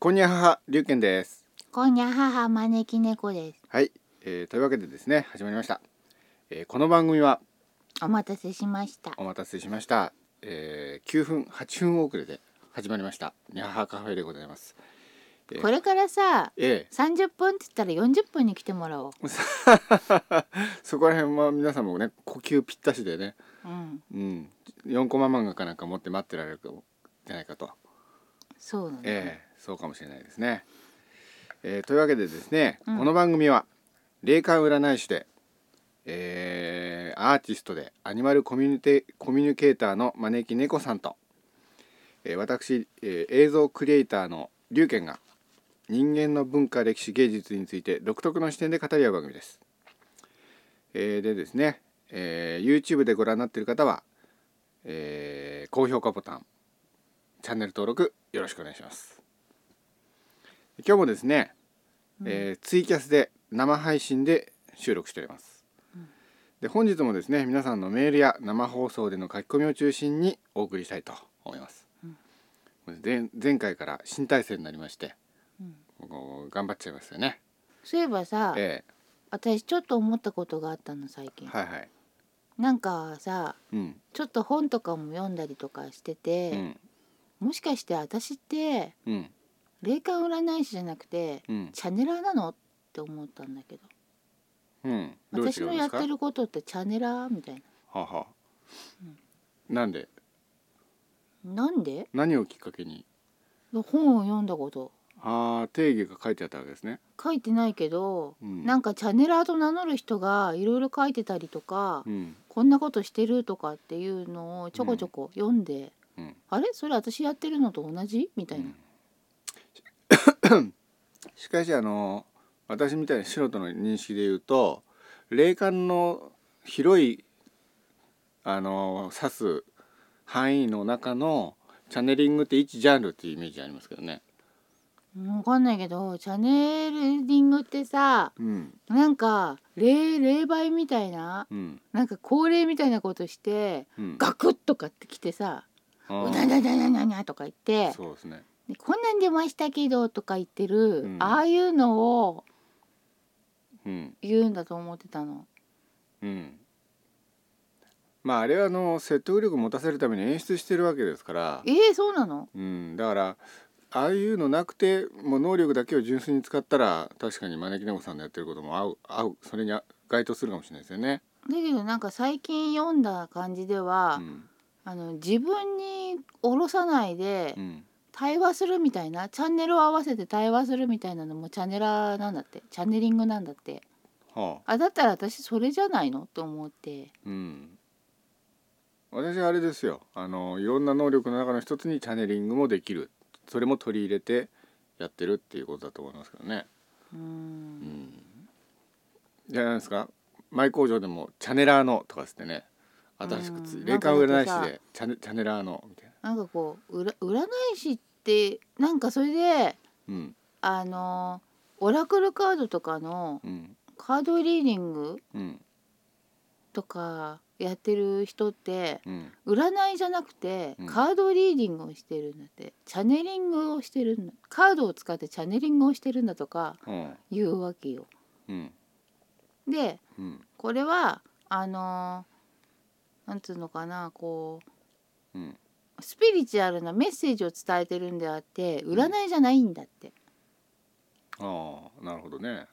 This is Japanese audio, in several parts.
こんにゃははりゅうけんです。 こんにゃはは招き猫です。 はい、というわけでですね始まりました。この番組はお待たせしました。 お待たせしました。9分8分遅れで始まりましたにゃははカフェでございます。 これからさ、 え 30分って言ったら40分に来てもらおう。 そこら辺は皆さんもね呼吸ぴったしでね、4コマ漫画かなんか持って待ってられるじゃないかと。 そうなんだね。 そうかもしれないですね。というわけでですね、 この番組は霊感占い師で、アーティストでアニマルコミュニケーターの招き猫さんと、私、映像クリエイターのりゅうけんが人間の文化歴史芸術について独特の視点で語り合う番組です。でですね、YouTube でご覧になっている方は、高評価ボタン、チャンネル登録よろしくお願いします。今日もですね、ツイキャスで生配信で収録しております。で本日もですね皆さんのメールや生放送での書き込みを中心にお送りしたいと思います。前回から新体制になりまして、頑張っちゃいましたよね。 そういえばさ、私ちょっと思ったことがあったの最近。 はいはい。 なんかさ、ちょっと本とかも読んだりとかしてて、もしかして私って、霊感占い師じゃなくて、チャネラーなのって思ったんだけど。私のやってることってチャネラーみたいな。 なんで？ なんで？ 何をきっかけに？ 本を読んだこと。 定義が書いてあったわけですね。 書いてないけど、なんかチャネラーと名乗る人がいろいろ書いてたりとか、こんなことしてるとかっていうのをちょこちょこ読んで、あれそれ私やってるのと同じみたいな。 しかし私みたいな素人の認識で言うと霊感の広い指す範囲の中のチャネリングって一ジャンルっていうイメージありますけどね。 わかんないけどチャネリングってさ、なんか霊媒みたいな、なんか高齢みたいなことして、ガクッとかってきてさ「うなななななな」とか言って「 そうですね、 こんなん出ましたけど」とか言ってる、ああいうのを言うんだと思ってたの。 まああれは説得力持たせるために演出してるわけですから。 そうなの？ だからああいうのなくてもう能力だけを純粋に使ったら確かに招き猫さんのやってることも合うそれに該当するかもしれないですよね。 だけどなんか最近読んだ感じでは、自分に下ろさないで対話するみたいな、チャンネルを合わせて対話するみたいなのもチャネラーなんだって、チャネリングなんだって。だったら私それじゃないのと思って。 私はあれですよ、いろんな能力の中の一つにチャネリングもできる、それも取り入れてやってるっていうことだと思いますけどね。じゃないですか。マイ工場でもチャネラーのとかですね、新しく霊感占い師でチャネラーのみたいな。 なんかこう占い師ってなんかそれで、オラクルカードとかのカードリーディングとかやってる人って、占いじゃなくてカードリーディングをしてるんだって、チャネリングをしてるんだ、カードを使ってチャネリングをしてるんだとか言うわけよ。で、これはなんつうのかな、こう、スピリチュアルなメッセージを伝えてるんであって占いじゃないんだって。 なるほどね。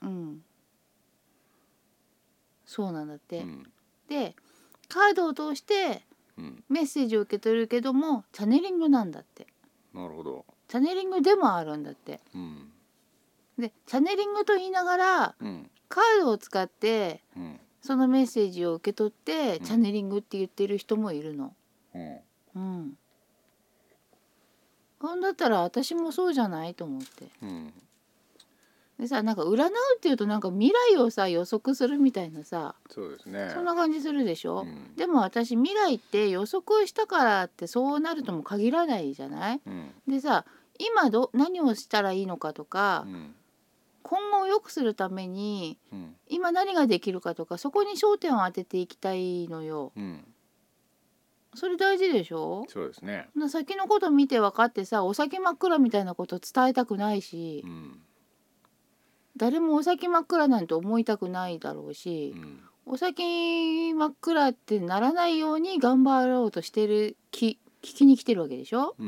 そうなんだって。でカードを通してメッセージを受け取るけどもチャネリングなんだって。 なるほど。 チャネリングでもあるんだって。でチャネリングと言いながら、カードを使って、そのメッセージを受け取って、チャネリングって言ってる人もいるの。ほんだったら私もそうじゃないと思って。でさ、なんか占うっていうとなんか未来をさ予測するみたいなさ、 そうですね、 そんな感じするでしょ。でも私未来って予測したからってそうなるとも限らないじゃない。でさ、今何をしたらいいのかとか、今後を良くするために今何ができるかとか、そこに焦点を当てていきたいのよ。 それ大事でしょ。 そうですね。 先のこと見て分かってさ、お先真っ暗みたいなこと伝えたくないし、誰もお先真っ暗なんて思いたくないだろうし、お先真っ暗ってならないように頑張ろうとしてる聞きに来てるわけでしょ。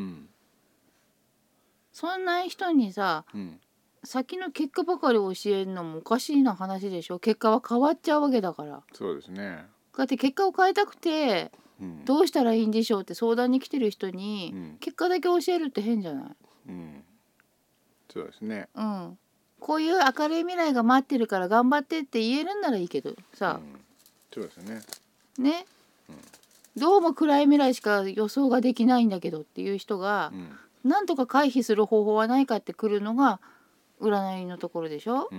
そんな人にさ、先の結果ばかり教えるのもおかしいな話でしょ。結果は変わっちゃうわけだから。 そうですね。 だって結果を変えたくて、どうしたらいいんでしょうって相談に来てる人に、結果だけ教えるって変じゃない。 そうですね。 こういう明るい未来が待ってるから頑張ってって言えるんならいいけどさ、 そうですね。 ね、どうも暗い未来しか予想ができないんだけどっていう人が、なんとか回避する方法はないかって来るのが占いのところでしょ。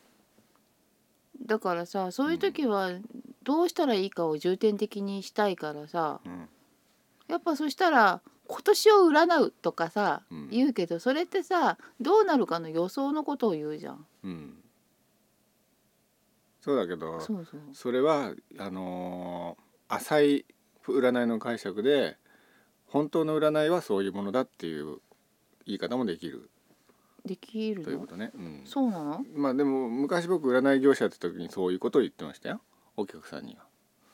だからさ、そういう時はどうしたらいいかを重点的にしたいからさ、やっぱそしたら今年を占うとかさ、言うけど、それってさどうなるかの予想のことを言うじゃん。 そうだけど、それは浅い占いの解釈で、本当の占いはそういうものだっていう言い方もできるということね。 そうなの。 まあでも昔僕占い業者やってた時にそういうことを言ってましたよ、お客さんには。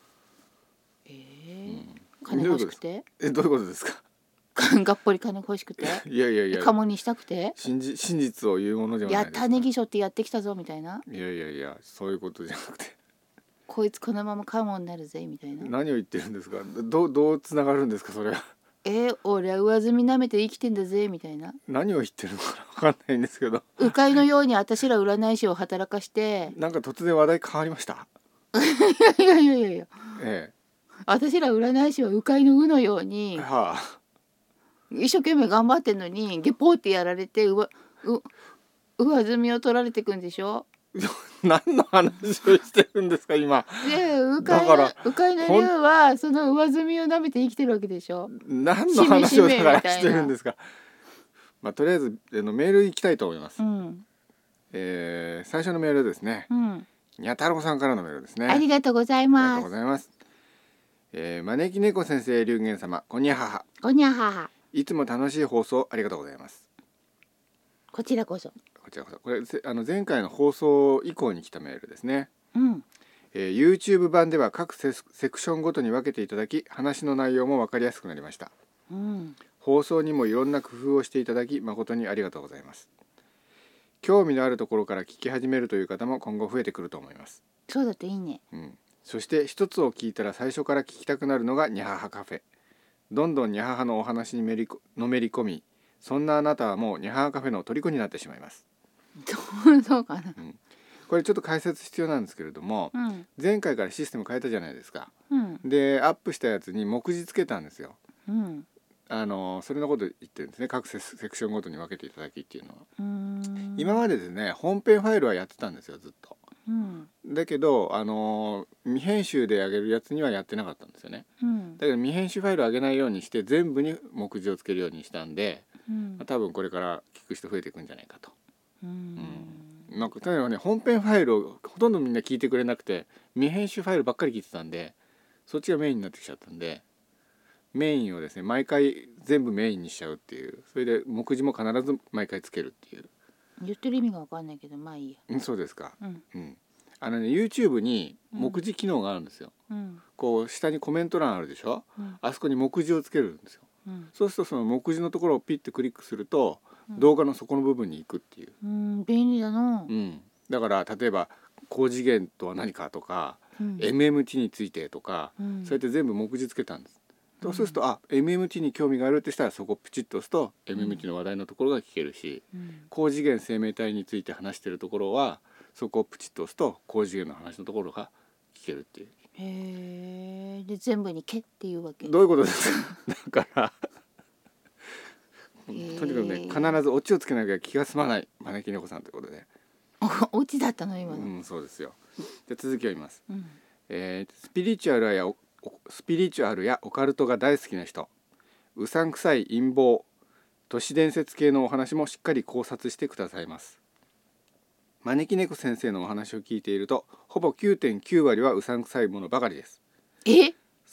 金欲しくて？ どういうことですか？ がっぽり金欲しくて？ いやカモにしたくて？ 真実を言うものではないですか。 やったねぎしょってやってきたぞみたいな。 いやそういうことじゃなくて、 こいつこのままカモになるぜみたいな。 何を言ってるんですか。どうつながるんですかそれは。 俺は上積み舐めて生きてんだぜみたいな。 何を言ってるのか分かんないんですけど、 鵜飼いのように私ら占い師を働かして、 なんか突然話題変わりました。 いや、私ら占い師は鵜飼いの鵜のように、一生懸命頑張ってんのにゲポってやられて上積みを取られてくんでしょ。 何の話をしてるんですか今。 で鵜飼いの竜はその上積みを舐めて生きてるわけでしょ。 何の話をだからしてるんですか。まあとりあえずメール行きたいと思います。最初のメールですね。にゃ太郎さんからのメールですね。 ありがとうございます。 ありがとうございます。招き猫先生、龍玄様、こんにゃはは。 こんにゃはは。 いつも楽しい放送ありがとうございます。 こちらこそ。 これ前回の放送以降に来たメールですね。YouTube 版では各セクションごとに分けていただき、話の内容も分かりやすくなりました。放送にもいろんな工夫をしていただき、誠にありがとうございます。興味のあるところから聞き始めるという方も今後増えてくると思います。 そうだっていいね。 そして一つを聞いたら最初から聞きたくなるのがにゃははカフェ。どんどんにゃははのお話にのめり込み、そんなあなたはもうにゃははカフェの虜になってしまいます。 そうかな。 これちょっと解説必要なんですけれども、前回からシステム変えたじゃないですか。でアップしたやつに目次つけたんですよ。それのこと言ってるんですね。各セクションごとに分けていただきっていうのは。今までですね、本編ファイルはやってたんですよ、ずっと。だけど未編集で上げるやつにはやってなかったんですよね。だけど未編集ファイルを上げないようにして全部に目次をつけるようにしたんで、多分これから聞く人増えていくんじゃないかと。なんか例えばね、本編ファイルをほとんどみんな聞いてくれなくて、未編集ファイルばっかり聞いてたんで、そっちがメインになってきちゃったんで、メインをですね毎回全部メインにしちゃうっていう。それで目次も必ず毎回つけるっていう。 言ってる意味が分かんないけど、まあいいや。 そうですか。YouTube に目次機能があるんですよ。こう下にコメント欄あるでしょ。あそこに目次をつけるんですよ。そうするとその目次のところをピッてクリックすると、動画の底の部分に行くっていう。 便利だな。 だから例えば高次元とは何かとか、MMT についてとか、そうやって全部目次つけたんです。そうするとMMT に興味があるってしたらそこプチッと押すと MMT の話題のところが聞けるし、高次元生命体について話してるところはそこをプチッと押すと高次元の話のところが聞けるっていう。 で全部に「け」っていうわけ。 どういうことですか。だからとにかくね、必ずオチをつけなきゃ気が済まない招き猫さんということで。 オチだったの今の。 そうですよ。じゃ続きを言います。スピリチュアルやオカルトが大好きな人、うさんくさい陰謀、都市伝説系のお話もしっかり考察してくださいます。招き猫先生のお話を聞いていると、ほぼ 9.9 割はうさんくさいものばかりです。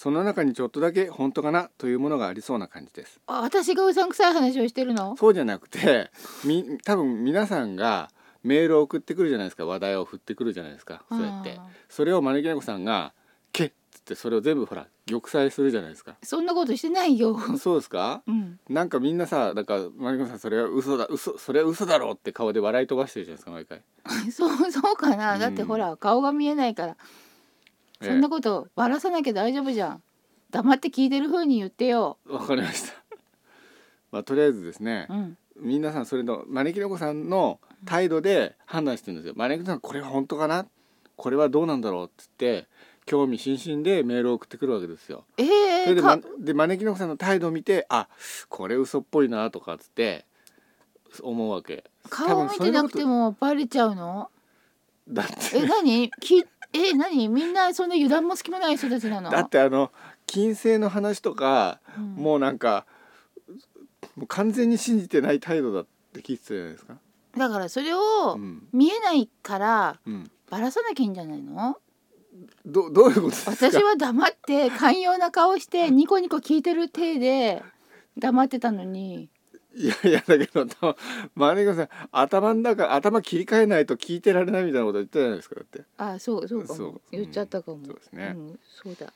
その中にちょっとだけ本当かなというものがありそうな感じです。 私がうさんくさい話をしてるの？ そうじゃなくて多分皆さんがメールを送ってくるじゃないですか、話題を振ってくるじゃないですか。そうやってそれを招き猫さんがけっつってそれを全部ほら玉砕するじゃないですか。 そんなことしてないよ。 そうですか、 うん、 なんかみんなさ、なんか招き猫さんそれは嘘だ、それは嘘だろうって顔で笑い飛ばしてるじゃないですか毎回。 そうかな、だってほら顔が見えないから、そんなことバラさなきゃ大丈夫じゃん。黙って聞いてる風に言ってよ。 わかりました。まあとりあえずですね、 うん、 皆さんそれの招き猫さんの態度で判断してるんですよ。招き猫さんこれは本当かな、これはどうなんだろうって言って興味津々でメールを送ってくるわけですよ。それで、招き猫さんの態度を見て、あ、これ嘘っぽいなとかっつって思うわけ。 顔を見てなくてもバレちゃうの？ だって何みんなそんな油断も隙もない人たちなの？ だって金星の話とか、もうなんかもう完全に信じてない態度だって聞いてたじゃないですか。 だからそれを見えないから、バラさなきゃいいんじゃないの？ どういうことですか？ 私は黙って寛容な顔してニコニコ聞いてる体で黙ってたのに。 いやだけど招き猫さん頭切り替えないと聞いてられないみたいなこと言ったじゃないですか。だってそうかも、言っちゃったかも。 そうですね、 そうだ。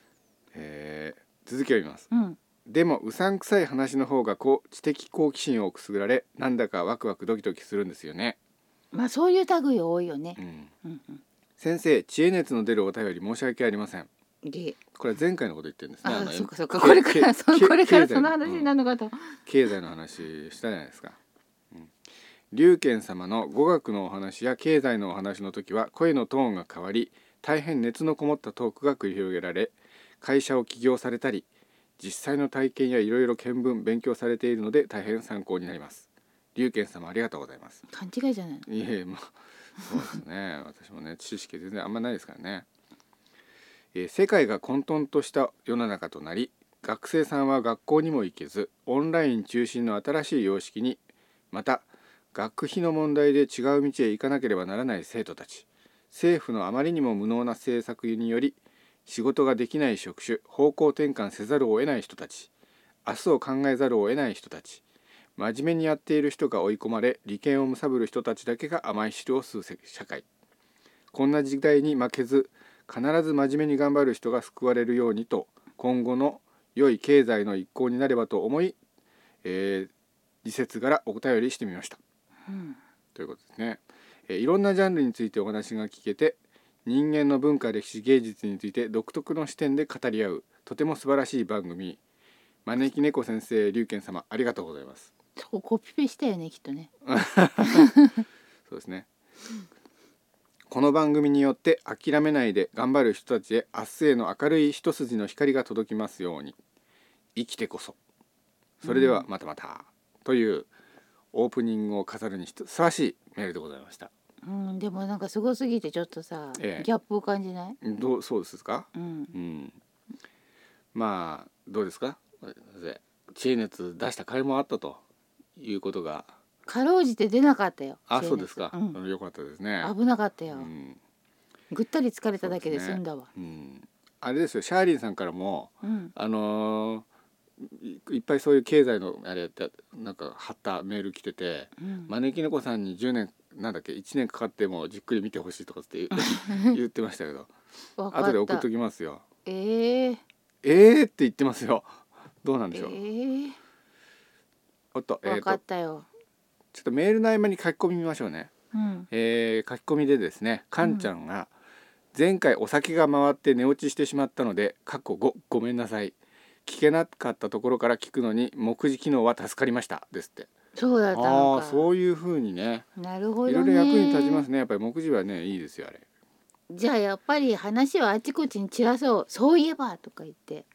続きを言います、でもうさんくさい話の方が知的好奇心をくすぐられ、なんだかワクワクドキドキするんですよね。 まあそういう類多いよね。 先生、知恵熱の出るお便り申し訳ありません。これは前回のこと言ってるんですね。 そうかこれからその話になるのかと。 経済の話したじゃないですか。龍賢様の語学のお話や経済のお話の時は声のトーンが変わり、大変熱のこもったトークが繰り広げられ、会社を起業されたり実際の体験やいろいろ見聞勉強されているので大変参考になります。龍賢様ありがとうございます。 勘違いじゃないの？ いえ、そうですね。私もね知識全然あんまないですからね。世界が混沌とした世の中となり、学生さんは学校にも行けずオンライン中心の新しい様式に、また学費の問題で違う道へ行かなければならない生徒たち、政府のあまりにも無能な政策により仕事ができない職種、方向転換せざるを得ない人たち、明日を考えざるを得ない人たち、真面目にやっている人が追い込まれ利権を貪る人たちだけが甘い汁を吸う社会。こんな時代に負けず必ず真面目に頑張る人が救われるようにと、今後の良い経済の一行になればと思い、理節柄お便りしてみました、ということですね。いろんなジャンルについてお話が聞けて、人間の文化、歴史、芸術について独特の視点で語り合うとても素晴らしい番組。招き猫先生、龍賢様ありがとうございます。 そこコピペしたよねきっとね。 そうですね。この番組によって諦めないで頑張る人たちへ明日への明るい一筋の光が届きますように。生きてこそ。それではまたまた、というオープニングを飾るにふさわしいメールでございました。 でもなんかすごすぎてちょっとさ、ギャップを感じない？ そうですか？まあどうですか？知恵熱出した甲斐もあったということがかろうじて出なかったよ。 そうですか、よかったですね。危なかったよ、ぐったり疲れただけで済んだわ。 あれですよ、シャーリンさんからも、いっぱいそういう経済のあれってなんか貼ったメール来てて、招き猫さんに10年1年かかってもじっくり見てほしいとかって言ってましたけど後で送っときますよ。って言ってますよ。どうなんでしょう。 分かったよ。 ちょっとメールの合間に書き込み見ましょうね。書き込みでですね、かんちゃんが前回お酒が回って寝落ちしてしまったのでごめんなさい、聞けなかったところから聞くのに目次機能は助かりましたですって。 そうだったのか。 そういう風にね。 なるほどね。 いろいろ役に立ちますね。やっぱり目次はねいいですよあれ。 じゃあやっぱり話をあちこちに散らそう。そういえばとか言って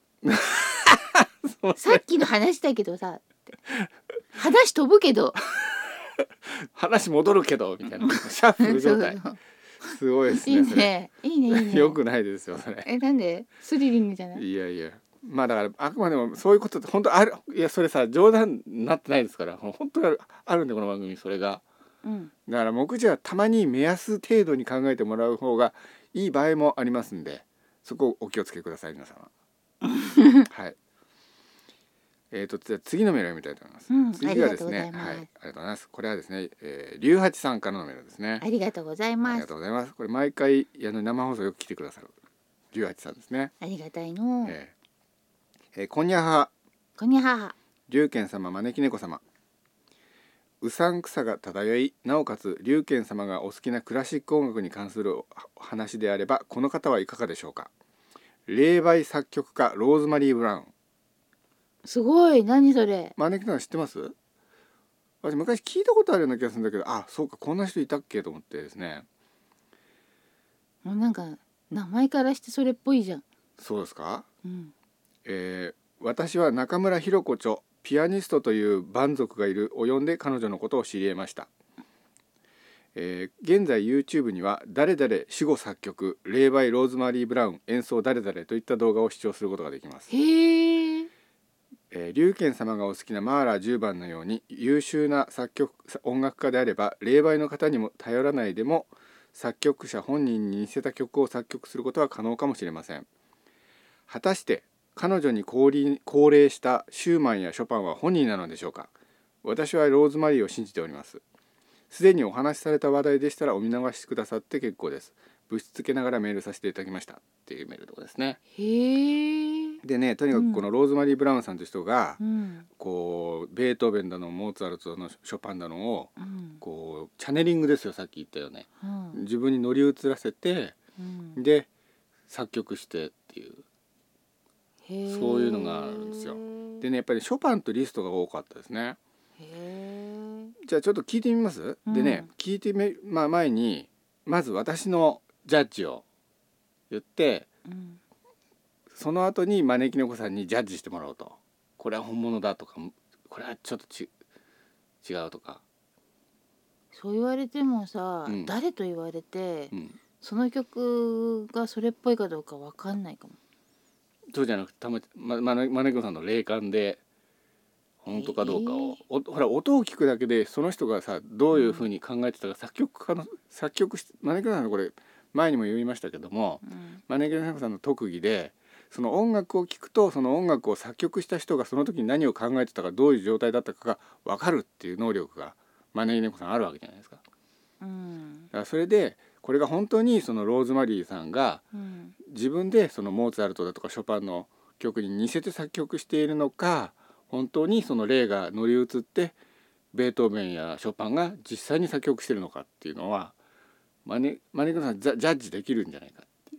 さっきの話だけどさ話飛ぶけど話戻るけどみたいなシャッフル状態すごいですね。 いいねよくないですよそれ。 なんでスリリングじゃない？ いやまあだからあくまでもそういうことって本当ある。いやそれさ冗談になってないですから、本当にあるんでこの番組それが、だから目次はたまに目安程度に考えてもらう方がいい場合もありますんで、 そこをお気をつけください皆様はい。じゃあ次のメールを読みたいと思います、次はですね、はい、ありがとうございます。これはですね、龍八さんからのメールですね。 ありがとうございます。 ありがとうございます。これ毎回生放送よく来てくださる龍八さんですね。 ありがたいの。 こんにゃはこんにゃは龍賢様、招き猫様、うさんくさが漂い、なおかつ龍賢様がお好きなクラシック音楽に関する話であれば、この方はいかがでしょうか。霊媒作曲家ローズマリー・ブラウン。 すごい、何それ。 招き猫さん知ってます？私昔聞いたことあるような気がするんだけど、あ、そうか、こんな人いたっけと思ってですね。 もうなんか名前からしてそれっぽいじゃん。 そうですか。 うん。 私は中村弘子著ピアニストという蛮族がいるを呼んで彼女のことを知り得ました。現在 YouTube には誰々死後作曲霊媒ローズマリー・ブラウン演奏誰々といった動画を視聴することができます。 へえ。 龍賢様がお好きなマーラー10番のように優秀な音楽家であれば、霊媒の方にも頼らないでも作曲者本人に似せた曲を作曲することは可能かもしれません。果たして彼女に高齢したシューマンやショパンは本人なのでしょうか。私はローズマリーを信じております。すでにお話しされた話題でしたらお見逃しくださって結構です。ぶしつけながらメールさせていただきましたっていうメールとかですね。 へえ。 でね、とにかくこのローズマリー・ブラウンさんという人が、こうベートーベンだのモーツァルトだのショパンだのを、こうチャネリングですよ、さっき言ったよね、自分に乗り移らせて、で作曲してっていう、そういうのがあるんですよ。でね、やっぱりショパンとリストが多かったですね。じゃあちょっと聞いてみます、でね、聞いて前にまず私のジャッジを言って、その後に招き猫さんにジャッジしてもらおうと。これは本物だとか、これはちょっと違うとか。 そう言われてもさ、誰と言われて、その曲がそれっぽいかどうか分かんないかも。 そうじゃなくて招き猫さんの霊感で本当かどうかを、ほら音を聞くだけでその人がさどういうふうに考えてたか、招き猫さんのこれ前にも言いましたけども、招き猫さんの特技で、その音楽を聴くとその音楽を作曲した人がその時に何を考えてたか、どういう状態だったかが分かるっていう能力が招き猫さんあるわけじゃないですか。だからそれでこれが本当にそのローズマリーさんが自分でそのモーツァルトだとかショパンの曲に似せて作曲しているのか、本当にその霊が乗り移ってベートーベンやショパンが実際に作曲しているのかっていうのは招き猫さんジャッジできるんじゃないかっていう。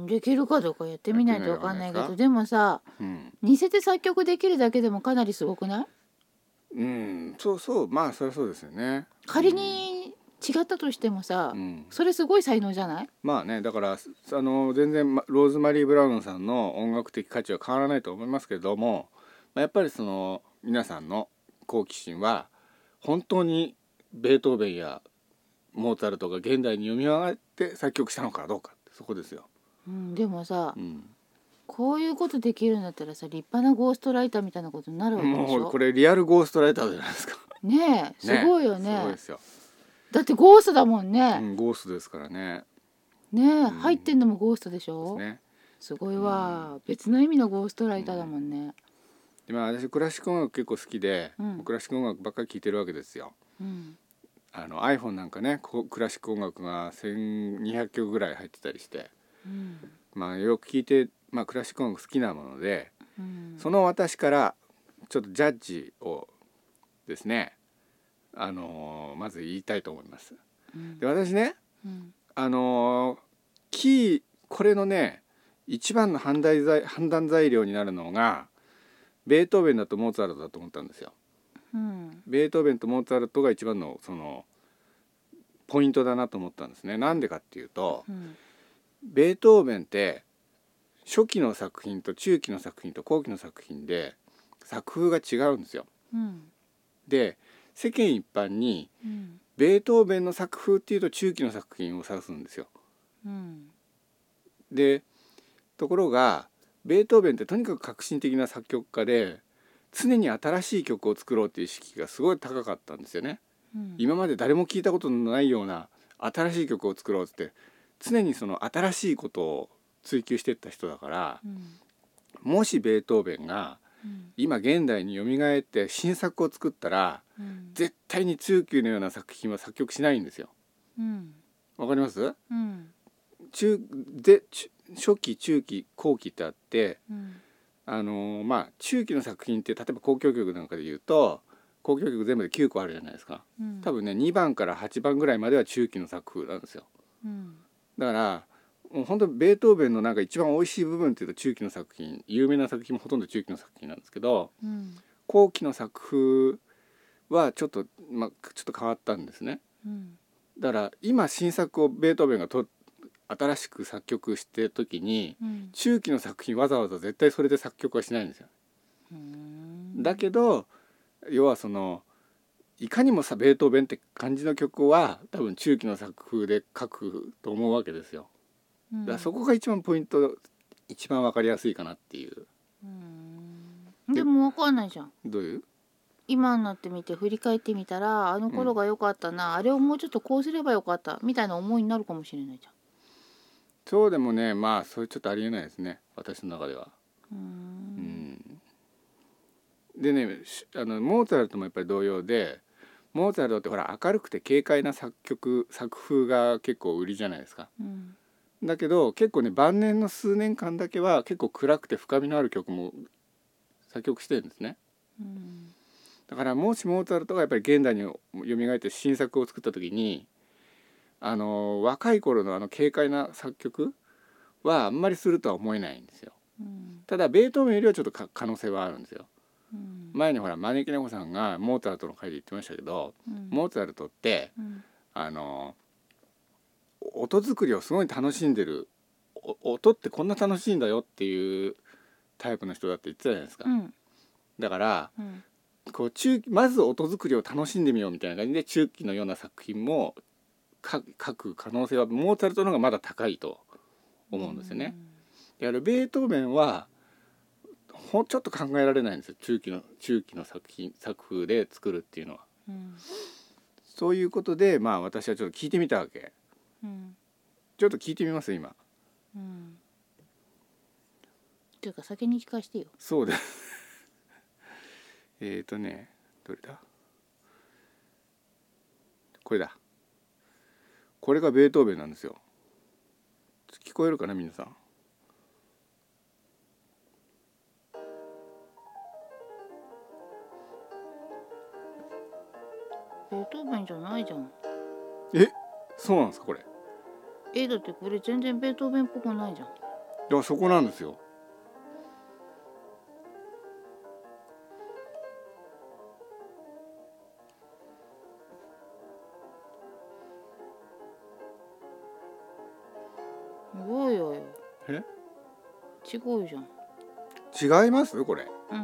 できるかどうかやってみないと分かんないけど、でもさ、似せて作曲できるだけでもかなりすごくない？ そう、まあそりゃそうですよね。 仮に違ったとしてもさ、それすごい才能じゃない？ まあね、だから全然ローズマリー・ブラウンさんの音楽的価値は変わらないと思いますけれども、やっぱりその皆さんの好奇心は本当にベートーベンやモーツァルトが現代に読み上がって作曲したのかどうか、そこですよ。 でもさ、こういうことできるんだったらさ、立派なゴーストライターみたいなことになるわけでしょ。 もうこれリアルゴーストライターじゃないですか。 ねえ、すごいよね。 すごいですよ。 だってゴーストだもんね。 ゴーストですからね。 ねえ、入ってんのもゴーストでしょ。 ね、 すごいわ、別の意味のゴーストライターだもんね。 で私クラシック音楽結構好きで、クラシック音楽ばっかり聴いてるわけですよ。iPhone なんかね、クラシック音楽が1200曲ぐらい入ってたりして、よく聴いて、クラシック音楽好きなもので、その私からちょっとジャッジをですね、まず言いたいと思います。で私ね、これのね一番の判断材料になるのがベートーベンだとモーツァルトだと思ったんですよ。ベートーベンとモーツァルトが一番のそのポイントだなと思ったんですね。なんでかっていうと、ベートーベンって初期の作品と中期の作品と後期の作品で作風が違うんですよ。で世間一般に、ベートーベンの作風っていうと中期の作品を指すんですよ。でところがベートーベンってとにかく革新的な作曲家で、常に新しい曲を作ろうっていう意識がすごい高かったんですよね。今まで誰も聞いたことのないような新しい曲を作ろうって常にその新しいことを追求していった人だから、もしベートーベンが今現代によみがえって新作を作ったら、絶対に中期のような作品は作曲しないんですよ。わかります？初期中期後期ってあって、中期の作品って例えば交響曲なんかで言うと交響曲全部で9個あるじゃないですか。多分ね2番から8番ぐらいまでは中期の作風なんですよ。だからもう本当ベートーベンのなんか一番美味しい部分っていうと中期の作品、有名な作品もほとんど中期の作品なんですけど、後期の作風はちょっと変わったんですね。だから今新作をベートーベンが新しく作曲してる時に、中期の作品わざわざ絶対それで作曲はしないんですよ。だけど要はそのいかにもベートーベンって感じの曲は多分中期の作風で書くと思うわけですよ。だからそこが一番ポイント、一番わかりやすいかなっていう。 でもわかんないじゃん。 どういう？ 今になってみて振り返ってみたらあの頃が良かったな、あれをもうちょっとこうすればよかったみたいな思いになるかもしれないじゃん。 そうでもね、それちょっとありえないですね、私の中では。でね、モーツァルトもやっぱり同様で、モーツァルトってほら明るくて軽快な作風が結構売りじゃないですか。だけど結構ね晩年の数年間だけは結構暗くて深みのある曲も作曲してるんですね。だからもしモーツァルトがやっぱり現代によみがえって新作を作った時に若い頃の軽快な作曲はあんまりするとは思えないんですよ。ただベートーベンよりはちょっと可能性はあるんですよ。前にほら招き猫さんがモーツァルトの回で言ってましたけど、モーツァルトって、音作りをすごい楽しんでる、音ってこんな楽しいんだよっていうタイプの人だって言ってたじゃないですか。だから、こうまず音作りを楽しんでみようみたいな感じで中期のような作品も書く可能性はモーツァルトの方がまだ高いと思うんですよね。だからベートーベンはちょっと考えられないんですよ、中期の作風で作るっていうのは。そういうことで私はちょっと聞いてみたわけ。ちょっと聞いてみます今。 というか先に聞かしてよ。 そうですどれだ、これだ。これがベートーベンなんですよ。聞こえるかな皆さん。 ベートーベンじゃないじゃん。 そうなんですかこれ。 だってこれ全然ベートーベンっぽくないじゃん。 いやそこなんですよ。 おいおい。違うじゃん。違いますこれ。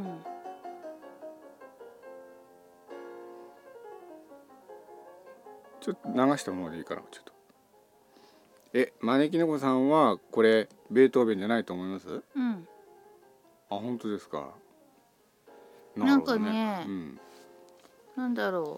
ちょっと流したままでいいかな。ちょっと招き猫さんはこれベートーベンじゃないと思います？本当ですか。 なんかね、なんだろ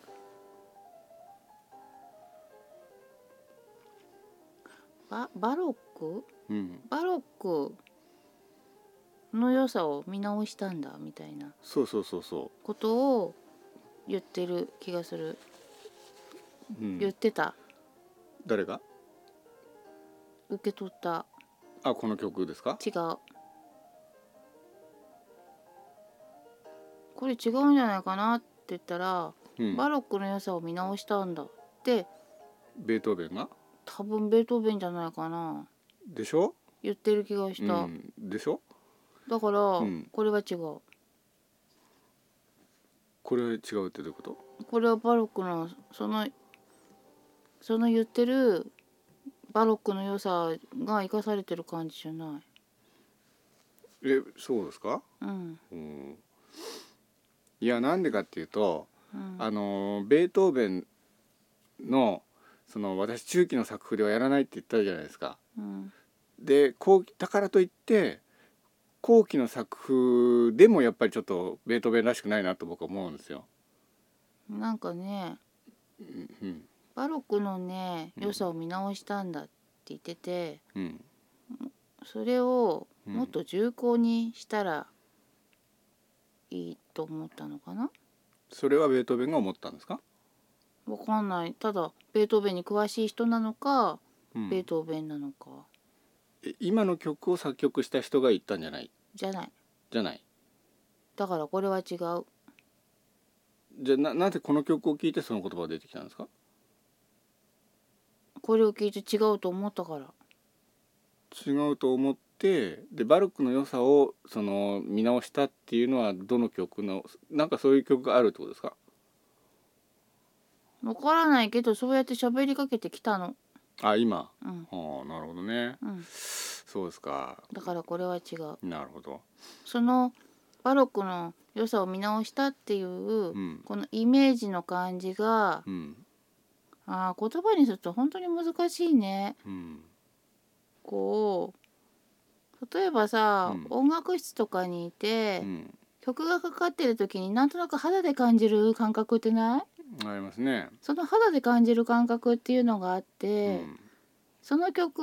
う、バロック、バロックの良さを見直したんだみたいなことを言ってる気がする。言ってた。 誰が？ 受け取った。 この曲ですか？ 違う。これ違うんじゃないかなって言ったら、バロックの良さを見直したんだってベートーベンが多分ベートーベンじゃないかなでしょ、 言ってる気がした、 でしょ。 だから、これは違う。 これは違うってどういうこと？ これはバロックのその言ってるバロックの良さが生かされてる感じじゃない。 そうですか？いやなんでかっていうと、ベートーベンの私中期の作風ではやらないって言ったじゃないですか。でだからといって後期の作風でもやっぱりちょっとベートーベンらしくないなと僕は思うんですよ。 なんかね、バロックのね良さを見直したんだって言ってて、 それをもっと重厚にしたらいいと思ったのかな。 それはベートーベンが思ったんですか？ わかんない。ただベートーベンに詳しい人なのか、ベートーベンなのか。 今の曲を作曲した人が言ったんじゃない？ じゃない。 じゃない。 だからこれは違う。 じゃあなぜこの曲を聴いてその言葉が出てきたんですか？ これを聞いて違うと思ったから。 違うと思ってでバロックの良さを見直したっていうのはどの曲のなんかそういう曲があるってことですか？ わからないけどそうやって喋りかけてきたの。 今、 うん、 なるほどね、 うん、 そうですか。 だからこれは違う。 なるほど。 そのバロックの良さを見直したっていう、このイメージの感じが、言葉にすると本当に難しいね。こう例えばさ、音楽室とかにいて、曲がかかってる時になんとなく肌で感じる感覚ってない？ ありますね。 その肌で感じる感覚っていうのがあって、その曲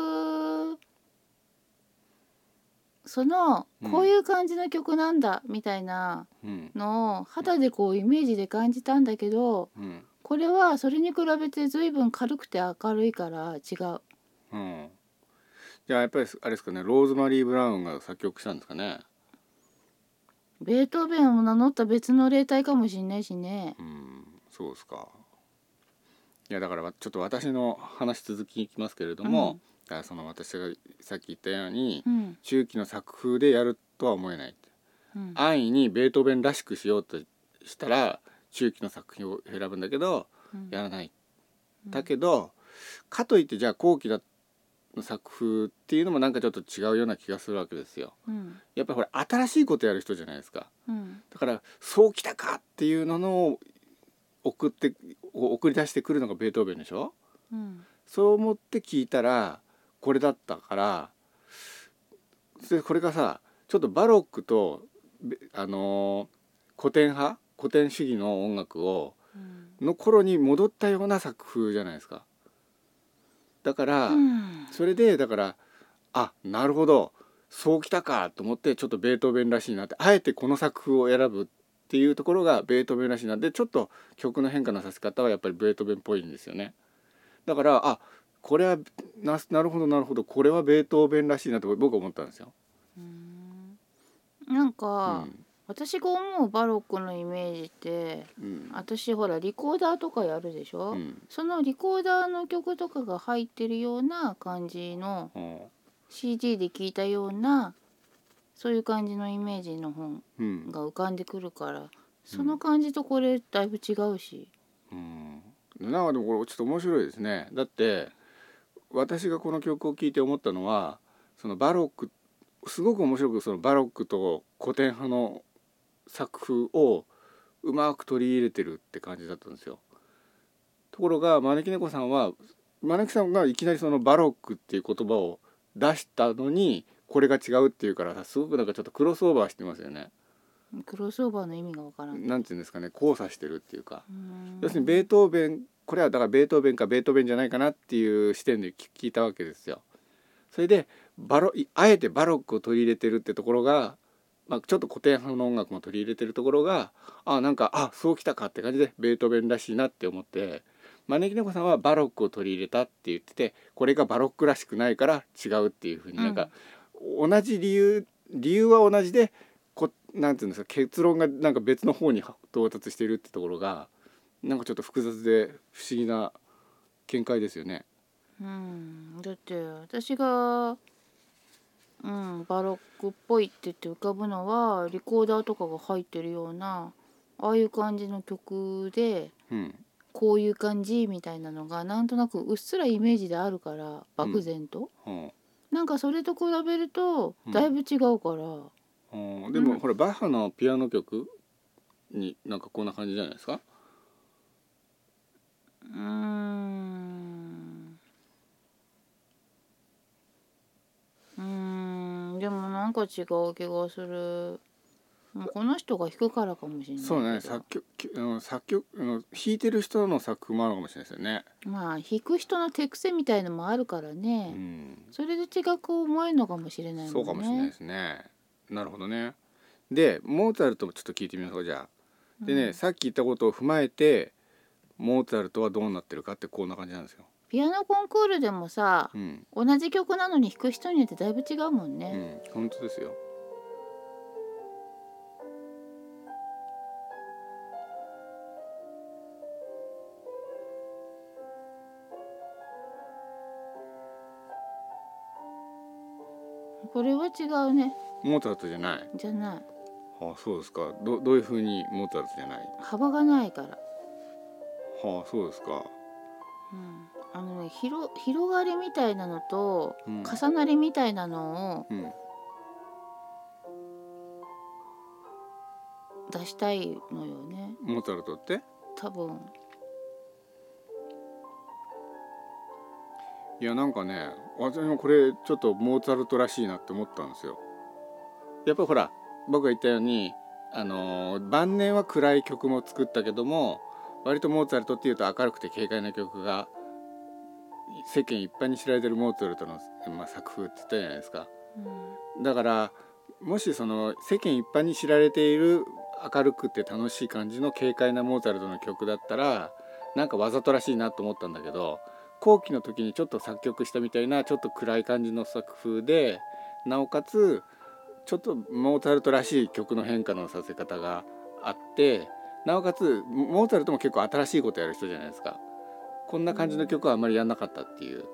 こういう感じの曲なんだみたいなのを肌でこうイメージで感じたんだけど、これはそれに比べて随分軽くて明るいから違う。 じゃあやっぱりあれですかね、ローズマリー・ブラウンが作曲したんですかね。 ベートーベンを名乗った別の霊体かもしれないしね。 そうですか。いやだからちょっと私の話続きいきますけれども、だから私がさっき言ったように、中期の作風でやるとは思えない、安易にベートーベンらしくしようとしたら中期の作品を選ぶんだけど、やらない、だけどかといってじゃあ後期の作風っていうのもなんかちょっと違うような気がするわけですよ。やっぱりほら新しいことやる人じゃないですか。だからそうきたかっていうのを送り出してくるのがベートーベンでしょ、そう思って聞いたらこれだったから、これがさちょっとバロックと古典主義の音楽を、の頃に戻ったような作風じゃないですか。だから、それでだからなるほどそうきたかと思ってちょっとベートーベンらしいなってあえてこの作風を選ぶっていうところがベートーベンらしいなでちょっと曲の変化のさせ方はやっぱりベートーベンっぽいんですよね。だからこれはなるほどなるほどこれはベートーベンらしいなと僕は思ったんですよ。 なんか、私が思うバロックのイメージって、私ほらリコーダーとかやるでしょ、そのリコーダーの曲とかが入ってるような感じの、CD で聴いたようなそういう感じのイメージの本が浮かんでくるから、その感じとこれだいぶ違うし。 なんかでもこれちょっと面白いですね。だって私がこの曲を聴いて思ったのはそのバロックすごく面白くそのバロックと古典派の作風をうまく取り入れてるって感じだったんですよ。ところが招き猫さんは招きさんがいきなりそのバロックっていう言葉を出したのにこれが違うっていうからすごくなんかちょっとクロスオーバーしてますよね。 クロスオーバーの意味がわからん。 なんていうんですかね、交差してるっていうか、要するにベートーベンこれはだからベートーベンかベートーベンじゃないかなっていう視点で聞いたわけですよ。それであえてバロックを取り入れてるってところが、ちょっと古典派の音楽も取り入れてるところがなんかそうきたかって感じでベートーベンらしいなって思って、招き猫さんはバロックを取り入れたって言っててこれがバロックらしくないから違うっていうふうになんか、同じ理由は同じでなんていうんですか結論がなんか別の方に到達しているってところがなんかちょっと複雑で不思議な見解ですよね。 だって私がバロックっぽいって言って浮かぶのはリコーダーとかが入ってるようなああいう感じの曲で、こういう感じみたいなのがなんとなくうっすらイメージであるから漠然と、なんかそれと比べるとだいぶ違うから、 でもほらバッハのピアノ曲になんかこんな感じじゃないですか。 でもなんか違う気がする。 もうこの人が弾くからかもしれないけど。 そうね、作曲弾いてる人の作風もあるかもしれないですよね。 まあ弾く人の手癖みたいのもあるからね、それで違く思えるのかもしれないもんね。 そうかもしれないですね。なるほどね。でモーツァルトもちょっと聞いてみましょうじゃあ。でね、さっき言ったことを踏まえてモーツァルトはどうなってるかってこんな感じなんですよ。 ピアノコンクールでもさ、同じ曲なのに弾く人によってだいぶ違うもんね。 本当ですよ。 これは違うね。 モーツァルトじゃない。 じゃない。 はあ、そうですか。どういう風にモーツァルトじゃない。 幅がないから。 はあ、そうですか。 広がりみたいなのと、重なりみたいなのを出したいのよね。 モーツァルトって？ 多分。 いやなんかね、私もこれちょっとモーツァルトらしいなって思ったんですよ。やっぱりほら僕が言ったように晩年は暗い曲も作ったけども、割とモーツァルトっていうと明るくて軽快な曲が世間一般に知られてるモーツァルトの、作風って言ったじゃないですか。だからもしその世間一般に知られている明るくて楽しい感じの軽快なモーツァルトの曲だったらなんかわざとらしいなと思ったんだけど、後期の時にちょっと作曲したみたいなちょっと暗い感じの作風で、なおかつちょっとモーツァルトらしい曲の変化のさせ方があって、なおかつモーツァルトも結構新しいことやる人じゃないですか。こんな感じの曲はあんまりやんなかったっていう。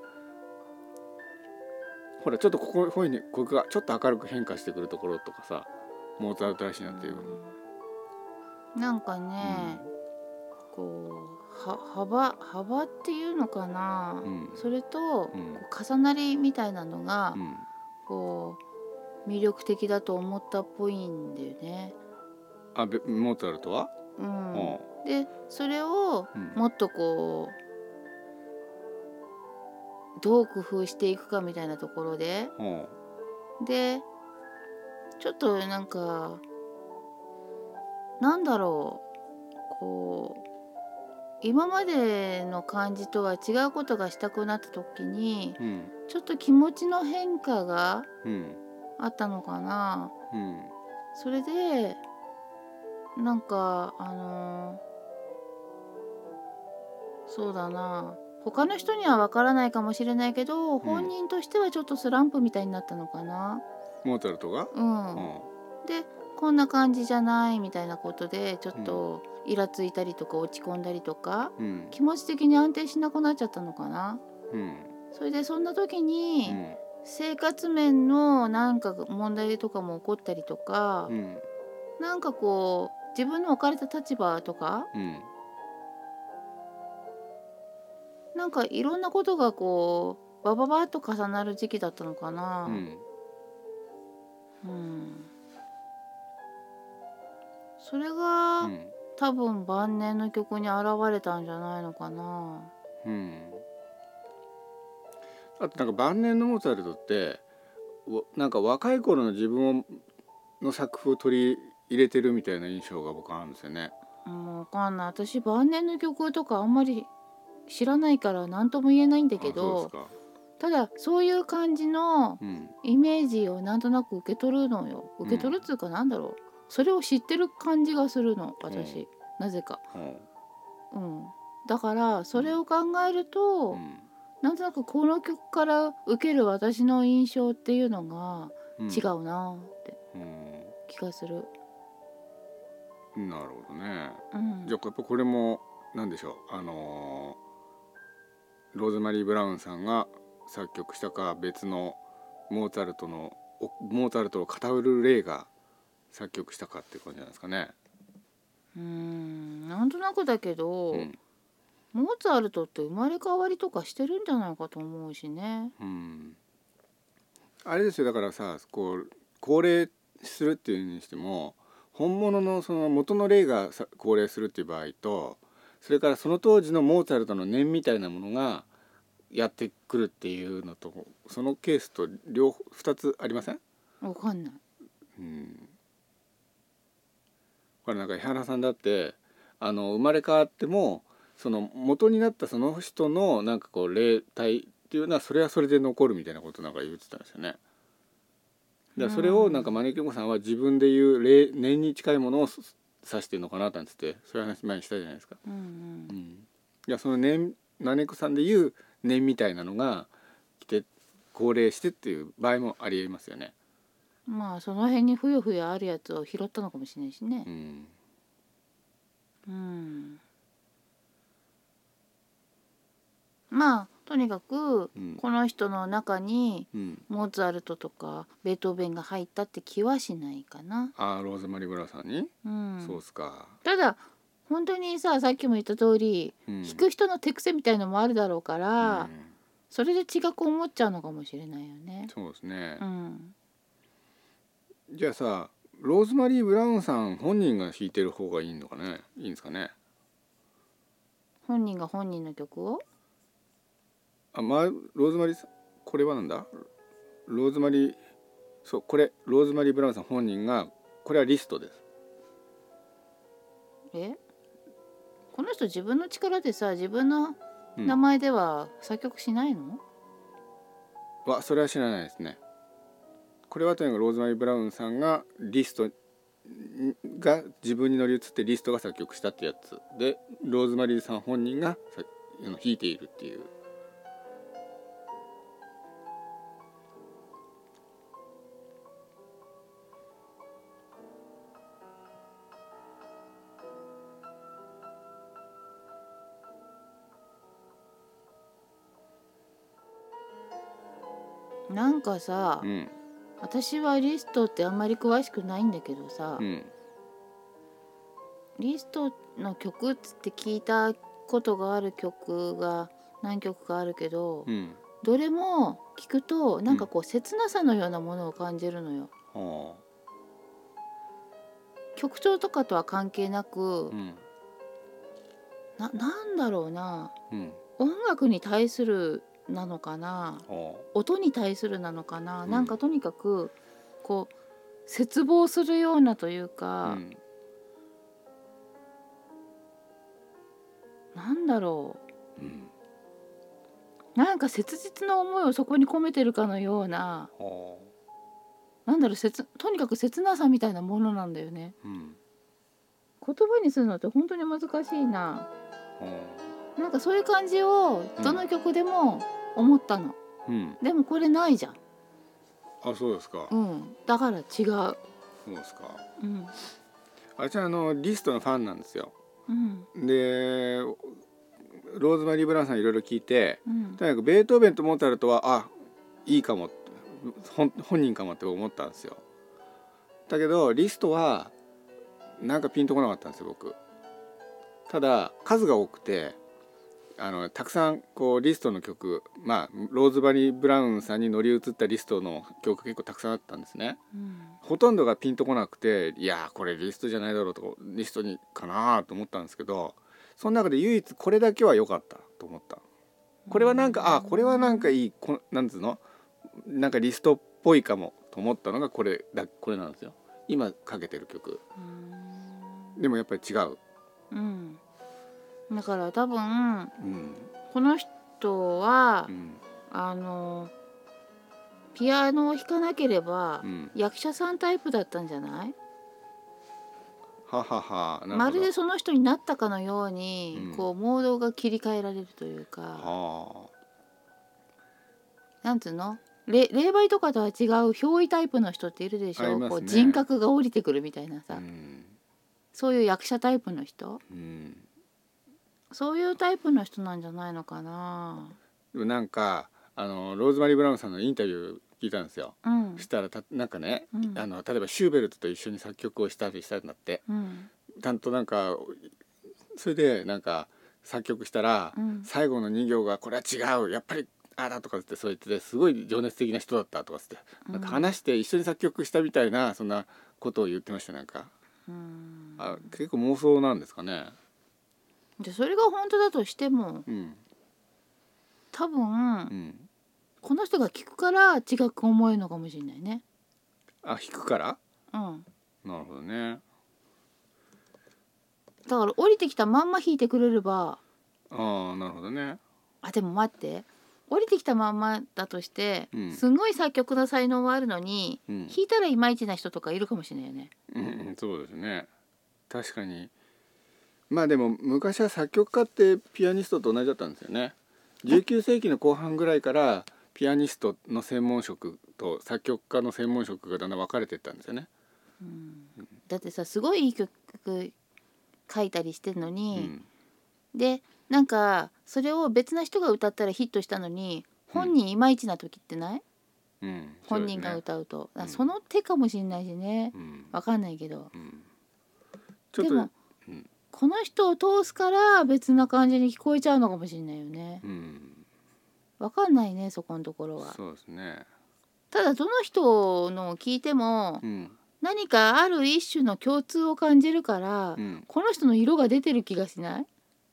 ほらちょっとこういうふうにここがちょっと明るく変化してくるところとかさ、モーツァルトらしいなっていう。 なんかね、こう幅っていうのかな、それと、こう重なりみたいなのが、こう魅力的だと思ったっぽいんだよね。 モーツァルトは？ でそれをもっとこう、どう工夫していくかみたいなところで、でちょっとなんかなんだろう、こう今までの感じとは違うことがしたくなった時に、ちょっと気持ちの変化があったのかな。それでなんかそうだな、他の人には分からないかもしれないけど、本人としてはちょっとスランプみたいになったのかな。 モーツァルトが？ でこんな感じじゃないみたいなことでちょっとイラついたりとか落ち込んだりとか、気持ち的に安定しなくなっちゃったのかな。それでそんな時に、生活面のなんか問題とかも起こったりとか、なんかこう自分の置かれた立場とか、なんかいろんなことがこうバババッと重なる時期だったのかな。それが、多分晩年の曲に現れたんじゃないのかな。 あとなんか晩年のモーツァルトってなんか若い頃の自分の作風を取り入れてるみたいな印象が僕はあるんですよね。 分かんない。私晩年の曲とかあんまり知らないから何とも言えないんだけど、ただそういう感じのイメージをなんとなく受け取るのよ。受け取るっつうかなんだろう、それを知ってる感じがするの私、なぜか。だからそれを考えると、なんとなくこの曲から受ける私の印象っていうのが違うなって気がする。 なるほどね。じゃあやっぱこれもなんでしょう、ローズマリー・ブラウンさんが作曲したか、別のモーツァルトを語る例が作曲したかっていう感じなんですかね。 なんとなくだけど、モーツァルトって生まれ変わりとかしてるんじゃないかと思うしね。 あれですよ、だからさ、こう高齢するっていうにしても本物のその元の例が高齢するっていう場合と、それからその当時のモーツァルトの念みたいなものがやってくるっていうのと、そのケースと両方2つありません？ わかんない。 からなんか江原さんだって生まれ変わってもその元になったその人のなんかこう霊体っていうのはそれはそれで残るみたいなことなんか言ってたんですよね。だからそれをなんか招き猫さんは自分で言う霊念に近いものを指してるのかななんつってそういう話前にしたじゃないですか。 うんうんうん、いやその念招きさんで言う念みたいなのが来て高齢してっていう場合もありえますよね。 まあその辺にふよふよあるやつを拾ったのかもしれないしね。 うんうん、まあとにかく、 うんこの人の中にうんモーツァルトとかベートーベンが入ったって気はしないかな。 ローズマリー・ブラウンさんに、そうっすか。 ただ本当にさっきも言った通り、弾く人の手癖みたいのもあるだろうから、それで違く思っちゃうのかもしれないよね。 そうですね。 うんじゃあさローズマリー・ブラウンさん本人が弾いてる方がいいのかね、いいんですかね。 本人が本人の曲をローズマリーさんこれはなんだローズマリーそうこれローズマリー・ブラウンさん本人がこれはリストです。 この人自分の力でさ自分の名前では作曲しないの？ それは知らないですね。これはとにかくローズマリー・ブラウンさんがリストが自分に乗り移ってリストが作曲したってやつでローズマリーさん本人が弾いているっていう。 なんかさ、私はリストってあんまり詳しくないんだけどさ、リストの曲っつって聞いたことがある曲が何曲かあるけど、どれも聞くとなんかこう切なさのようなものを感じるのよ。曲調とかとは関係なく、なんだろうな、音楽に対するなのかな、音に対するなのかな、なんかとにかくこう切望するようなというか、なんだろう、なんか切実な思いをそこに込めてるかのような、なんだろう、とにかく切なさみたいなものなんだよね。言葉にするのって本当に難しいな。なんかそういう感じをどの曲でも思ったの。でもこれないじゃん。 そうですか。 だから違う。 そうですか。私はリストのファンなんですよ。でローズマリー・ブラウンさんいろいろ聞いて、とにかくベートーベンとモーツァルトはいいかも本人かもって思ったんですよ。だけどリストはなんかピンとこなかったんですよ僕。ただ数が多くてたくさんこうリストの曲ローズマリー・ブラウンさんに乗り移ったリストの曲結構たくさんあったんですね。ほとんどがピンとこなくていやこれリストじゃないだろうとかリストにかなと思ったんですけど、その中で唯一これだけは良かったと思った。これはなんかこれはなんかいいなんつうのなんかリストっぽいかもと思ったのがこれなんですよ。今かけてる曲。でもやっぱり違う。 だから多分、この人は、ピアノを弾かなければ、役者さんタイプだったんじゃない？まるでその人になったかのように、こうモードが切り替えられるというか、なんつうの、霊媒とかとは違う憑依タイプの人っているでしょ。こう人格が降りてくるみたいなさ、そういう役者タイプの人、そういうタイプの人なんじゃないのかな。 でもなんかローズマリー・ブラウンさんのインタビュー聞いたんですよ。したらなんかね、例えばシューベルトと一緒に作曲をしたんだって、ちゃんとなんかそれでなんか作曲したら、最後の2行がこれは違うやっぱりだとかってそう言っててすごい情熱的な人だったとかってなんか話して一緒に作曲したみたいなそんなことを言ってました。なんか結構妄想なんですかね。 でそれが本当だとしても、多分、この人が聞くから違く思えるのかもしれないね。 弾くから？なるほどね。 だから降りてきたまんま弾いてくれれば。 ああ、なるほどね。 でも待って、降りてきたまんまだとして、すごい作曲の才能はあるのに、弾いたらいまいちな人とかいるかもしれないよね。 そうですね。確かに。まあでも昔は作曲家ってピアニストと同じだったんですよね。19世紀の後半ぐらいからピアニストの専門職と作曲家の専門職がだんだん分かれていったんですよね。 だってさ、すごいいい曲書いたりしてるのに、でなんかそれを別な人が歌ったらヒットしたのに本人いまいちな時ってない？本人が歌うと、その手かもしれないしね、分かんないけど、でも、この人を通すから別な感じに聞こえちゃうのかもしれないよね。分かんないね、そこのところは。 そうですね。 ただどの人のを聞いても、何かある一種の共通を感じるから、この人の色が出てる気がしない？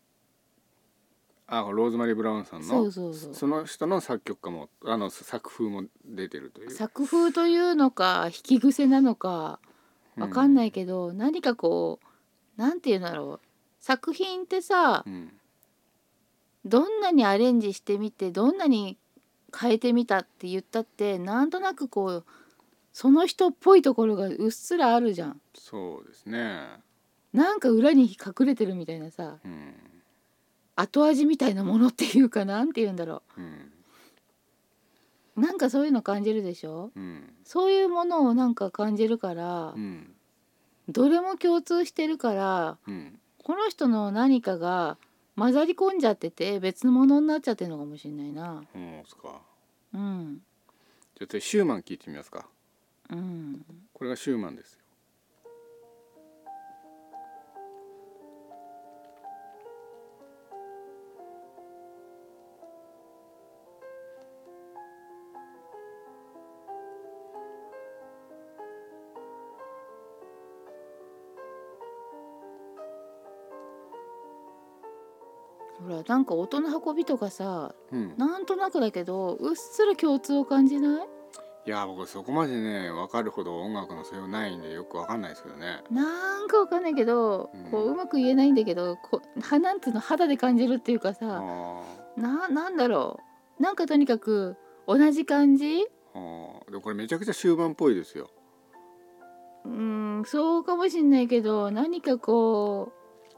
ローズマリー・ブラウンさんのその人の作曲家も作風も出てるという。 作風というのか弾き癖なのかわかんないけど、何かこうなんていうんだろう、作品ってさ、どんなにアレンジしてみてどんなに変えてみたって言ったってなんとなくこうその人っぽいところがうっすらあるじゃん。 そうですね。 なんか裏に隠れてるみたいなさ、後味みたいなものっていうか、なんて言うんだろう、なんかそういうの感じるでしょ、そういうものをなんか感じるから、どれも共通してるから、この人の何かが混ざり込んじゃってて別のものになっちゃってるのかもしれないな。 ですか。 うん。 じゃあシューマン聞いてみますか。これがシューマンですよ。 ほらなんか音の運びとかさ、なんとなくだけどうっすら共通を感じない？ いや僕そこまでね分かるほど音楽の素養ないんでよく分かんないですけどね。 なんかわかんないけど、こううまく言えないんだけど、なんていうの、肌で感じるっていうかさ、なんだろう、なんかとにかく同じ感じ。 でもこれめちゃくちゃ終盤っぽいですよ。 そうかもしんないけど、何かこ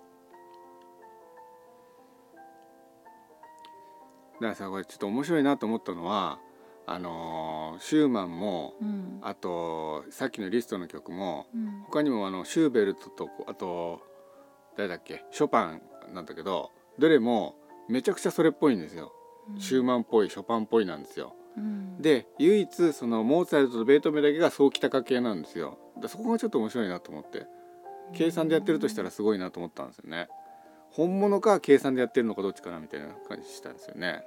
だからさこれちょっと面白いなと思ったのはシューマンも、あとさっきのリストの曲も、他にもシューベルトとあと誰だっけショパンなんだけど、どれもめちゃくちゃそれっぽいんですよ。シューマンっぽいショパンっぽいなんですよ。で唯一そのモーツァルトとベートーベンだけが早期高系なんですよ。そこがちょっと面白いなと思って、計算でやってるとしたらすごいなと思ったんですよね。本物か計算でやってるのかどっちかなみたいな感じしたんですよね。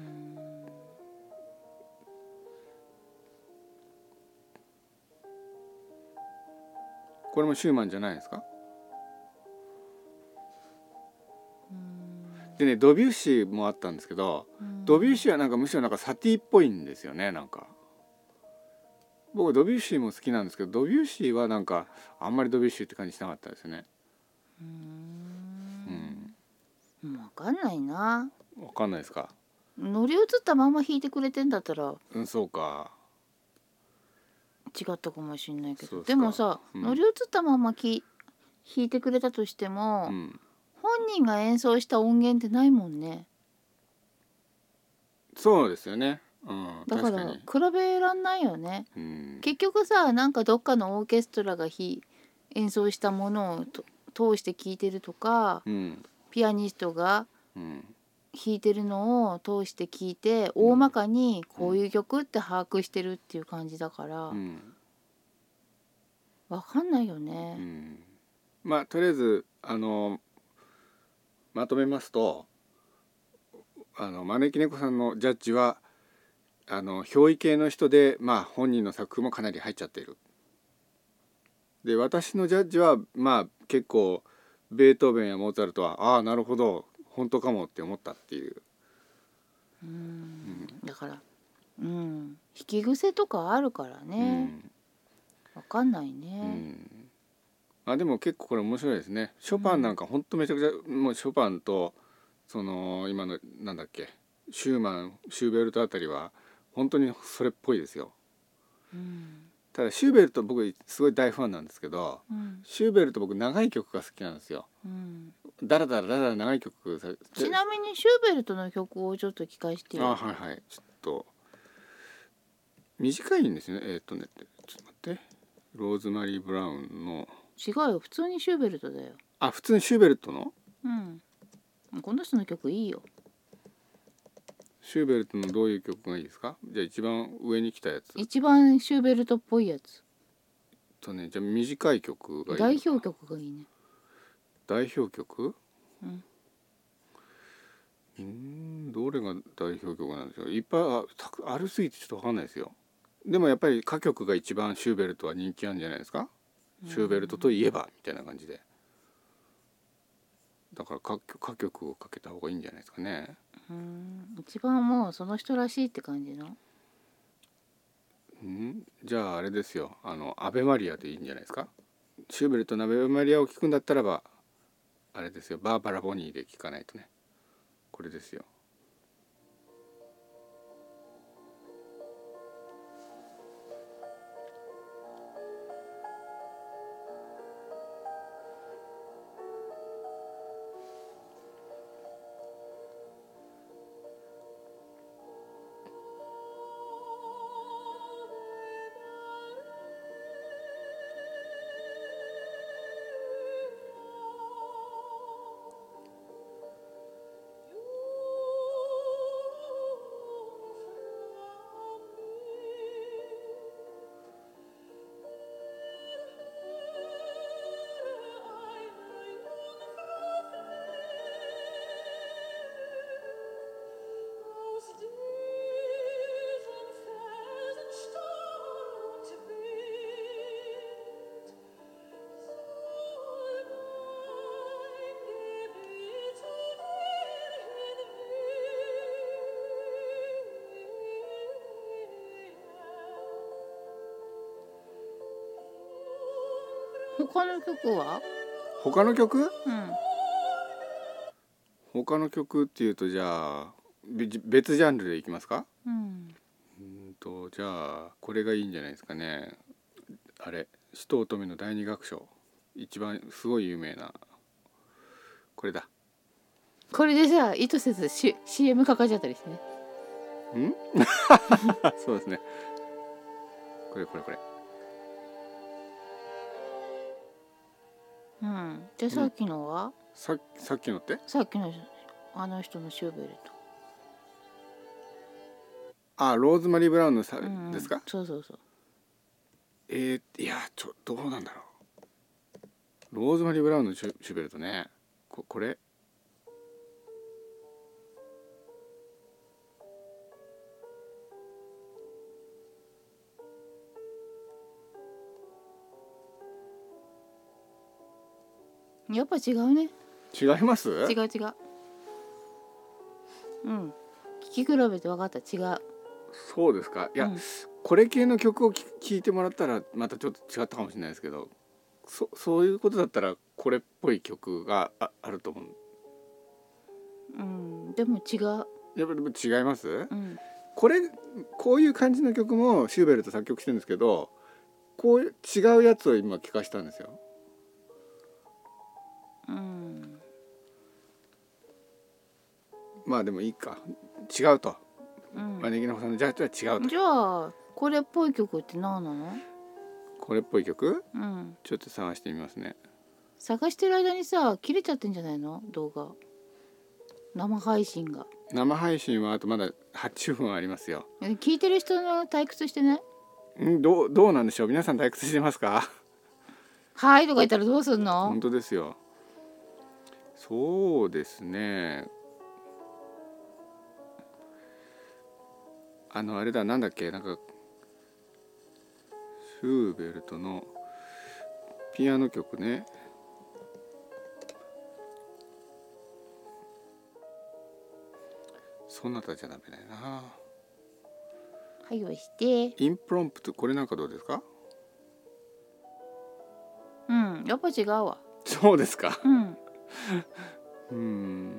これもシューマンじゃないですか。でねドビュッシーもあったんですけど、ドビュッシーはなんかむしろなんかサティっぽいんですよね。なんか僕ドビュッシーも好きなんですけど、ドビュッシーはなんかあんまりドビュッシーって感じしなかったですよね。 分かんないな。 分かんないですか。 乗り移ったまま弾いてくれてんだったら、 そうか、 違ったかもしんないけど、でもさ、乗り移ったまま弾いてくれたとしても、本人が演奏した音源ってないもんね。 そうですよね。 だから比べらんないよね。結局さ、なんかどっかのオーケストラが演奏したものを通して聴いてるとか、ピアニストが弾いてるのを通して聴いて、大まかにこういう曲って把握してるっていう感じだから、分かんないよね。 まあとりあえずまとめますと、招き猫さんのジャッジは憑依系の人で、本人の作風もかなり入っちゃっている。で私のジャッジは結構ベートーベンやモーツァルトはなるほど本当かもって思ったっていう。 だから弾き癖とかあるからね、分かんないね。 でも結構これ面白いですね。ショパンなんかほんとめちゃくちゃ、もうショパンとその今のなんだっけシューマンシューベルトあたりは本当にそれっぽいですよ。ただシューベルト僕すごい大ファンなんですけど、シューベルト僕長い曲が好きなんですよ。だらだらだら長い曲。 ちなみにシューベルトの曲をちょっと聞かせてよ。 はいはい、ちょっと短いんですよね。ちょっと待って、ローズマリー・ブラウンの。 違うよ、普通にシューベルトだよ。 普通にシューベルトの。 この人の曲いいよ。 シューベルトのどういう曲がいいですか？じゃあ一番上に来たやつ。 一番シューベルトっぽいやつ。 じゃあ短い曲がいい。 代表曲がいいね。 代表曲？どれが代表曲なんでしょう。いっぱいあるすぎてちょっと分かんないですよ。でもやっぱり歌曲が一番シューベルトは人気あるんじゃないですか。シューベルトといえばみたいな感じで。だから歌曲をかけた方がいいんじゃないですかね。 一番もうその人らしいって感じの。 じゃああれですよ、アベマリアでいいんじゃないですか。シューベルトのアベマリアを聴くんだったらばあれですよ、バーバラ・ボニーで聴かないとね。これですよ。 他の曲は？ 他の曲？他の曲っていうとじゃあ別ジャンルでいきますか？じゃあこれがいいんじゃないですかね。あれ、使徒乙女の第二楽章、一番すごい有名なこれだ。 これでさ、意図せず、CM かかっちゃったりしてね。 そうですね。これ。 じゃあさっきのは？ さっきのって？ さっきのあの人のシューベルト。 ローズマリー・ブラウンのですか？ そう。 いやどうなんだろう。ローズマリー・ブラウンのシュベルトね。これ。 やっぱ違うね。 違います？ 違う。聞き比べて分かった。違う。 そうですか。いや、これ系の曲を聴いてもらったらまたちょっと違ったかもしれないですけど、そういうことだったらこれっぽい曲があると思う。 でも違う。 やっぱり違います？こういう感じの曲もシューベルト作曲してるんですけど、こういう違うやつを今聴かしたんですよ。でもいいか。違うと。招き猫さんのジャッジは違うと。 じゃあこれっぽい曲って何なの？ これっぽい曲？ちょっと探してみますね。 探してる間にさ、切れちゃってんじゃないの？動画生配信が。 生配信はあとまだ8分ありますよ。 聞いてる人の退屈してない？ どうなんでしょう。皆さん退屈してますか？ はいとか言ったらどうすんの？ 本当ですよ。そうですね。あれだ、なんだっけ、なんかシューベルトのピアノ曲ね。そなたじゃダメだよな。 はい押して。 インプロンプト、これなんかどうですか？ やっぱ違うわ。 そうですか。 うん。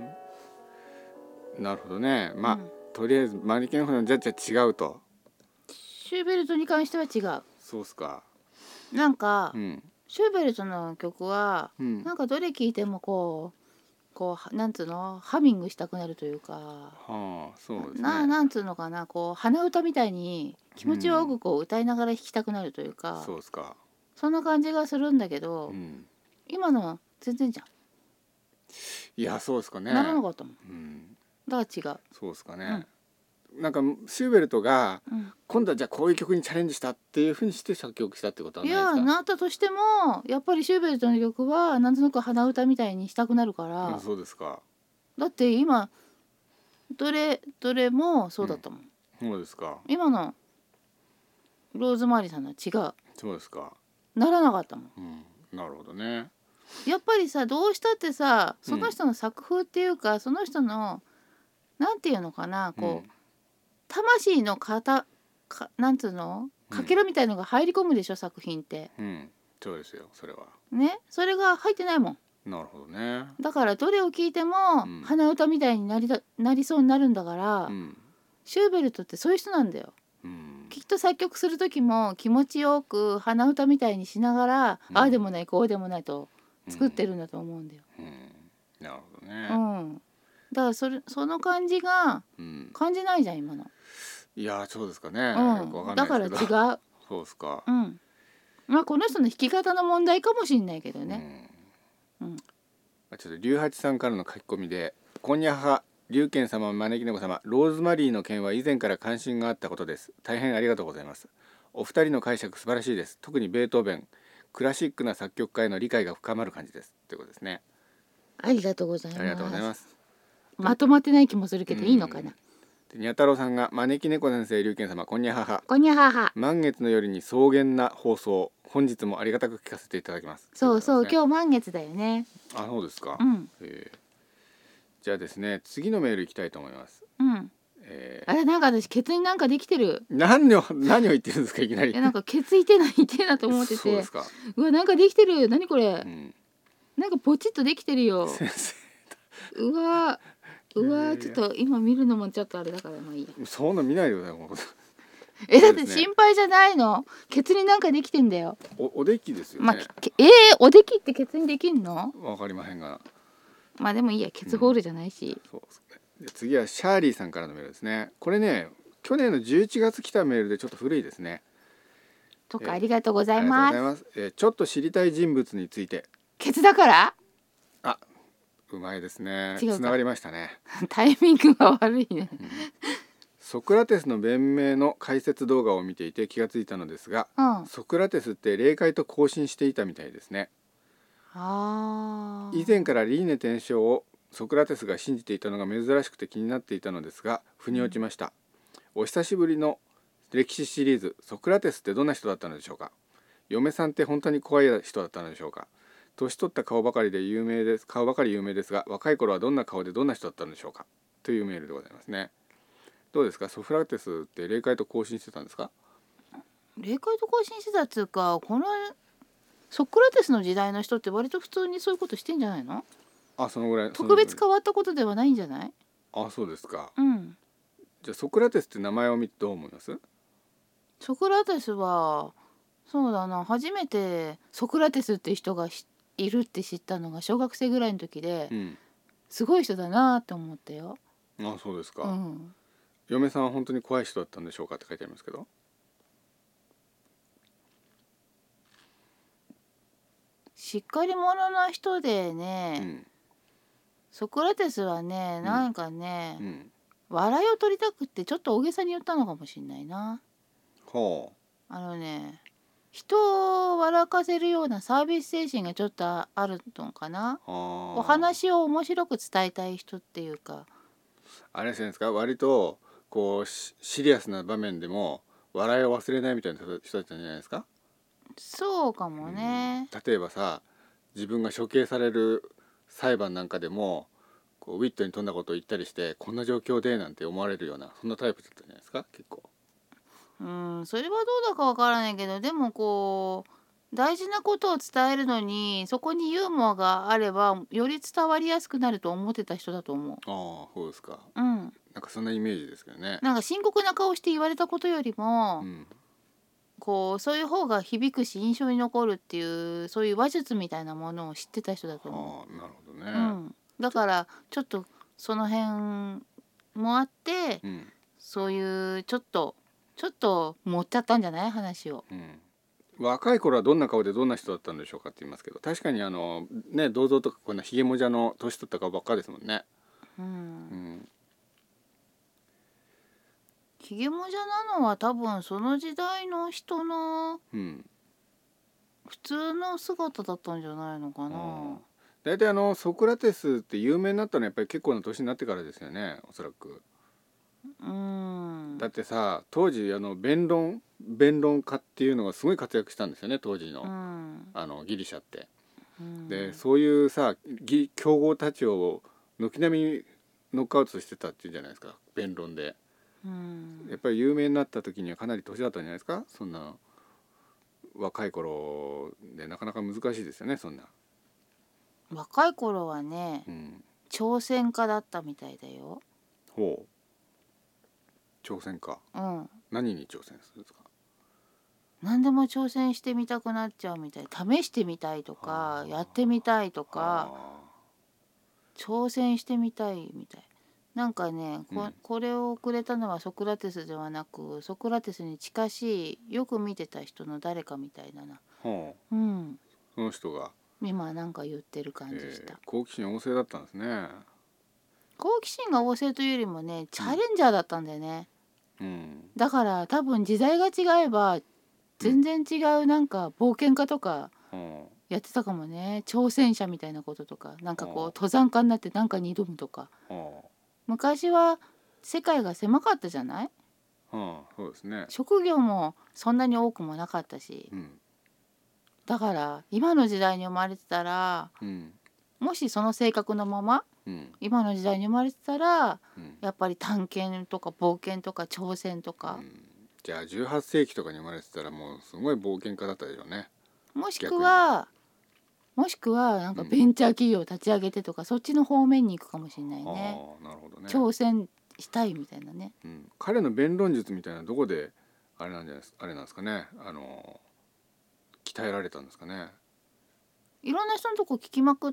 なるほどね。まあ、とりあえずマネキンの方のジャッジは違うと。 シューベルトに関しては違う。 そうっすか。 なんか、シューベルトの曲は、なんかどれ聴いてもこうなんつうのハミングしたくなるというか、 はあ、そうですね。 なんつうのかな、こう鼻歌みたいに気持ちよくこう歌いながら弾きたくなるというか、 そうですか。 そんな感じがするんだけど、今の全然じゃん。 いや、そうですかね。 ならなかったもん。だから違う。 そうですかね。なんかシューベルトが、今度はじゃあこういう曲にチャレンジしたっていうふうにして作曲したってことはないですか？ いや、なったとしてもやっぱりシューベルトの曲はなんとなく鼻歌みたいにしたくなるから。 そうですか。 だって今どれもそうだったもん。 そうですか。 今のローズマリーさんのは違う。 そうですか。 ならなかったもん。 なるほどね。 やっぱりさ、どうしたってさ、その人の作風っていうか、その人のなんていうのかな、こう、魂のなんつうのかけらみたいのが入り込むでしょ、作品って。 そうですよ、それは。 ね、それが入ってないもん。 なるほどね。 だからどれを聞いても、鼻歌みたいになりそうになるんだから、シューベルトってそういう人なんだよ。きっと作曲する時も気持ちよく鼻歌みたいにしながら、ああでもないこうでもないと作ってるんだと思うんだよ。 なるほどね。 だからその感じが感じないじゃん今の。 いや、そうですかね。よくわかんないですけど。 だから違う。 そうですか。 まあこの人の弾き方の問題かもしれないけどね。 ちょっと龍八さんからの書き込みで、こんにゃは龍賢様、招き猫様、ローズマリーの件は以前から関心があったことです。大変ありがとうございます。お二人の解釈素晴らしいです。特にベートーベン、クラシックな作曲家への理解が深まる感じです。ということですね。 ありがとうございます。 ありがとうございます。 まとまってない気もするけどいいのかな。 にゃ太郎さんが招き猫先生、龍賢様、こんにゃはは。 こんにゃはは。 満月の夜に草原な放送、本日もありがたく聞かせていただきます。 そうそう、今日満月だよね。 あ、そうですか。じゃあですね、次のメールいきたいと思います。 あれ、なんか私ケツになんかできてる。 何を言ってるんですか、いきなり。 なんかケツいてないなと思ってて。 そうですか。 うわ、なんかできてる。何これ。なんかポチッとできてるよ。うわちょっと今見るのもちょっとあれだからまあいいや。 そんな見ないでください。だって心配じゃないの。ケツになんかできてんだよ。 おできですよね。 まあ、おできってケツにできんの？ わかりませんが。 まあでもいいや、ケツホールじゃないし。 そうですね。次はシャーリーさんからのメールですね。これね、去年の11月来たメールでちょっと古いですね。 とかありがとうございます。 ちょっと知りたい人物について。 ケツだから？ あ、うまいですね。つながりましたね。 タイミングが悪いね。 ソクラテスの弁明の解説動画を見ていて気がついたのですが、ソクラテスって霊界と交信していたみたいですね。以前から輪廻転生をソクラテスが信じていたのが珍しくて気になっていたのですが、腑に落ちました。お久しぶりの歴史シリーズ、ソクラテスってどんな人だったのでしょうか。嫁さんって本当に怖い人だったのでしょうか。年取った顔ばかり有名ですが、若い頃はどんな顔でどんな人だったのでしょうか、というメールでございますね。どうですか、ソクラテスって霊界と交信してたんですか？ 霊界と交信してたっつうか、このソクラテスの時代の人って割と普通にそういうことしてんじゃないの？ そのぐらい特別変わったことではないんじゃない？ そうですか。じゃあソクラテスって名前を見てどう思います？ ソクラテスはそうだな、初めてソクラテスって人がいるって知ったのが小学生ぐらいの時で、すごい人だなって思ったよ。 そうですか。嫁さんは本当に怖い人だったんでしょうかって書いてありますけど。 しっかり者な人でね、ソクラテスはね、なんかね、笑いを取りたくってちょっと大げさに言ったのかもしれないな。人を笑かせるようなサービス精神がちょっとあるのかな。お話を面白く伝えたい人っていうか。 あれじゃないですか、割とこうシリアスな場面でも笑いを忘れないみたいな人だったんじゃないですか。 そうかもね。 例えばさ、自分が処刑される裁判なんかでもこうウィットに富んだことを言ったりして、こんな状況でなんて思われるような、そんなタイプだったんじゃないですか、結構。 それはどうだかわからないけど、でもこう大事なことを伝えるのにそこにユーモアがあればより伝わりやすくなると思ってた人だと思う。 ああ、そうですか。 うん。 なんかそんなイメージですけどね。 なんか深刻な顔して言われたことよりも、 うん、 こうそういう方が響くし印象に残るっていうそういう話術みたいなものを知ってた人だと思ああ、なるほどね。 う。うん。だからちょっとその辺もあって、 うん、 そういうちょっと持っちゃったんじゃない話を。 うん。若い頃はどんな顔でどんな人だったんでしょうかって言いますけど、確かにね、銅像とかこんなひげもじゃの年取った顔ばっかですもんね。 ううん、 ん。ひげもじゃなのは多分その時代の人のうん。 普通の姿だったんじゃないのかな。 大体ソクラテスって有名になったのはやっぱり結構な年になってからですよね、おそらく。だってさ、当時弁論家っていうのがすごい活躍したんですよね、当時の、ギリシャって。でそういうさ強豪たちを軒並みノックアウトしてたっていうんじゃないですか、弁論で。やっぱり有名になった時にはかなり年だったんじゃないですか。そんな若い頃でなかなか難しいですよね、そんな。 若い頃はね、挑戦家だったみたいだよ。 ほう、挑戦か。何に挑戦するんですか。 何でも挑戦してみたくなっちゃうみたい。試してみたいとかやってみたいとか挑戦してみたいみたい。なんかね、これをくれたのはソクラテスではなくソクラテスに近しいよく見てた人の誰かみたいだな。 その人が今なんか言ってる感じした。 好奇心旺盛だったんですね。 好奇心が旺盛というよりもねチャレンジャーだったんだよね。だから多分時代が違えば全然違うなんか冒険家とかやってたかもね。挑戦者みたいなこととかなんかこう登山家になって何かに挑むとか。昔は世界が狭かったじゃない。 そうですね。 職業もそんなに多くもなかったし、だから今の時代に生まれてたら、もしその性格のまま、今の時代に生まれてたら、やっぱり探検とか冒険とか挑戦とか、 じゃあ18世紀とかに生まれてたらもうすごい冒険家だったでしょうね。 もしくはなんかベンチャー企業を立ち上げてとか、そっちの方面に行くかもしれないね。 なるほどね。 挑戦したいみたいなね。 彼の弁論術みたいなどこであれなんですかね。鍛えられたんですかね。 いろんな人のとこ聞きまくって、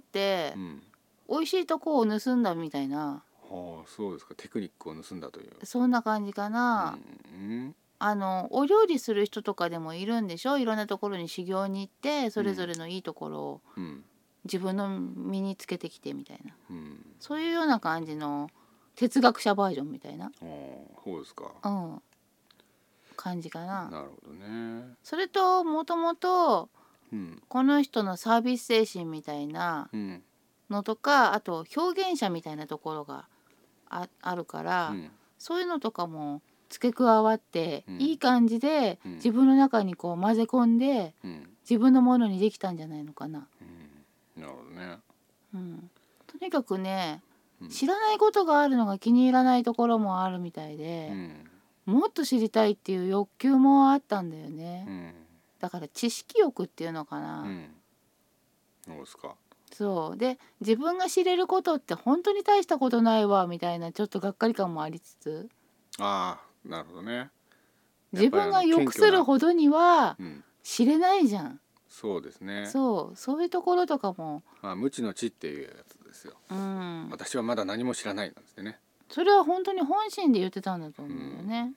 美味しいとこを盗んだみたいな。 そうですか。テクニックを盗んだという。 そんな感じかな。お料理する人とかでもいるんでしょ。いろんなところに修行に行ってそれぞれのいいところを自分の身につけてきてみたいな、そういうような感じの哲学者バージョンみたいな、 そうですか。 感じかな。 なるほどね。 それともともとこの人のサービス精神みたいなのとか、あと表現者みたいなところがあるから、そういうのとかも付け加わって、いい感じで自分の中にこう混ぜ込んで、自分のものにできたんじゃないのかな。 なるほどね。 とにかくね、知らないことがあるのが気に入らないところもあるみたいで、もっと知りたいっていう欲求もあったんだよね。だから知識欲っていうのかな。 そうですか。 そうで自分が知れることって本当に大したことないわみたいなちょっとがっかり感もありつつ、 なるほどね。 自分が欲するほどには知れないじゃん。 そうですね。 そういうところとかも、 無知の知っていうやつですよ。私はまだ何も知らないなんですね。 それは本当に本心で言ってたんだと思うよね。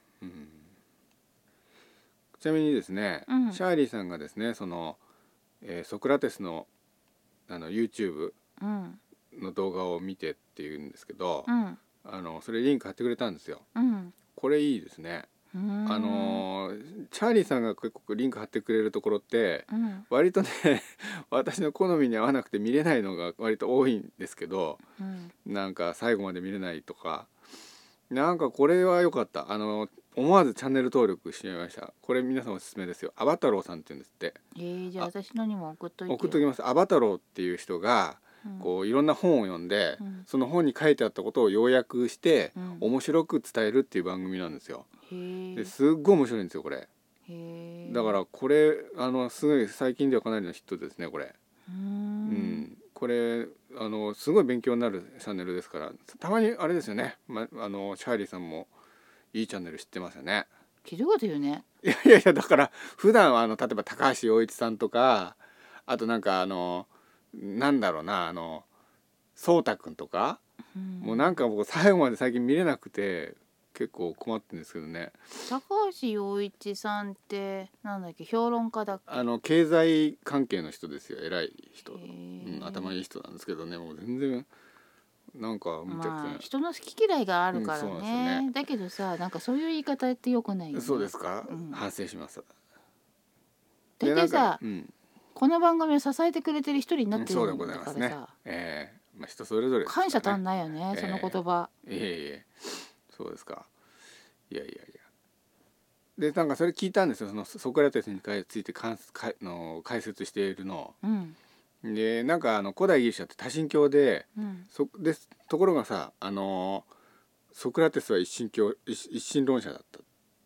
ちなみにですね、シャーリーさんがですね、ソクラテスのYouTube の動画を見てっていうんですけど、それリンク貼ってくれたんですよ。これいいですね。チャーリーさんが結構リンク貼ってくれるところって、割とね私の好みに合わなくて見れないのが割と多いんですけど、なんか最後まで見れないとか、なんかこれは良かった。思わずチャンネル登録してみました。これ皆さんおすすめですよ。アバタローさんって言うんですって。 じゃあ私のにも送っといてよ。 送っときます。アバタローっていう人がこういろんな本を読んで、その本に書いてあったことを要約して、面白く伝えるっていう番組なんですよ。ですっごい面白いんですよこれ。 だからこれすごい最近ではかなりのヒットですねこれ。これすごい勉強になるチャンネルですから、たまにあれですよね、シャーリーさんもいいチャンネル知ってますよね。 ひどいこと言うね。 いやだから普段は例えば高橋陽一さんとか、あとなんかなんだろうなそうたくんとか、もうなんか僕最後まで最近見れなくて結構困ってるんですけどね。 高橋陽一さんってなんだっけ、評論家だっけ？ 経済関係の人ですよ、偉い人、頭いい人なんですけどね、もう全然なんかむちゃくちゃ、 人の好き嫌いがあるからね。だけどさ、なんかそういう言い方って良くないよね。 そうですか、反省します。 だってさ、この番組を支えてくれてる一人になってるんだからさ、 人それぞれですからね。 感謝足んないよね、その言葉。 そうですか。いやでなんかそれ聞いたんですよ、そのソクラテスについて解説しているの。でなんか古代ギリシャって多神教で、ところがさソクラテスは一神論者だった。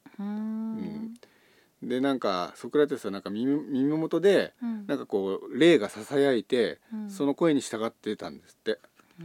でなんかソクラテスはなんか耳元で、なんかこう霊がささやいて、その声に従ってたんですって。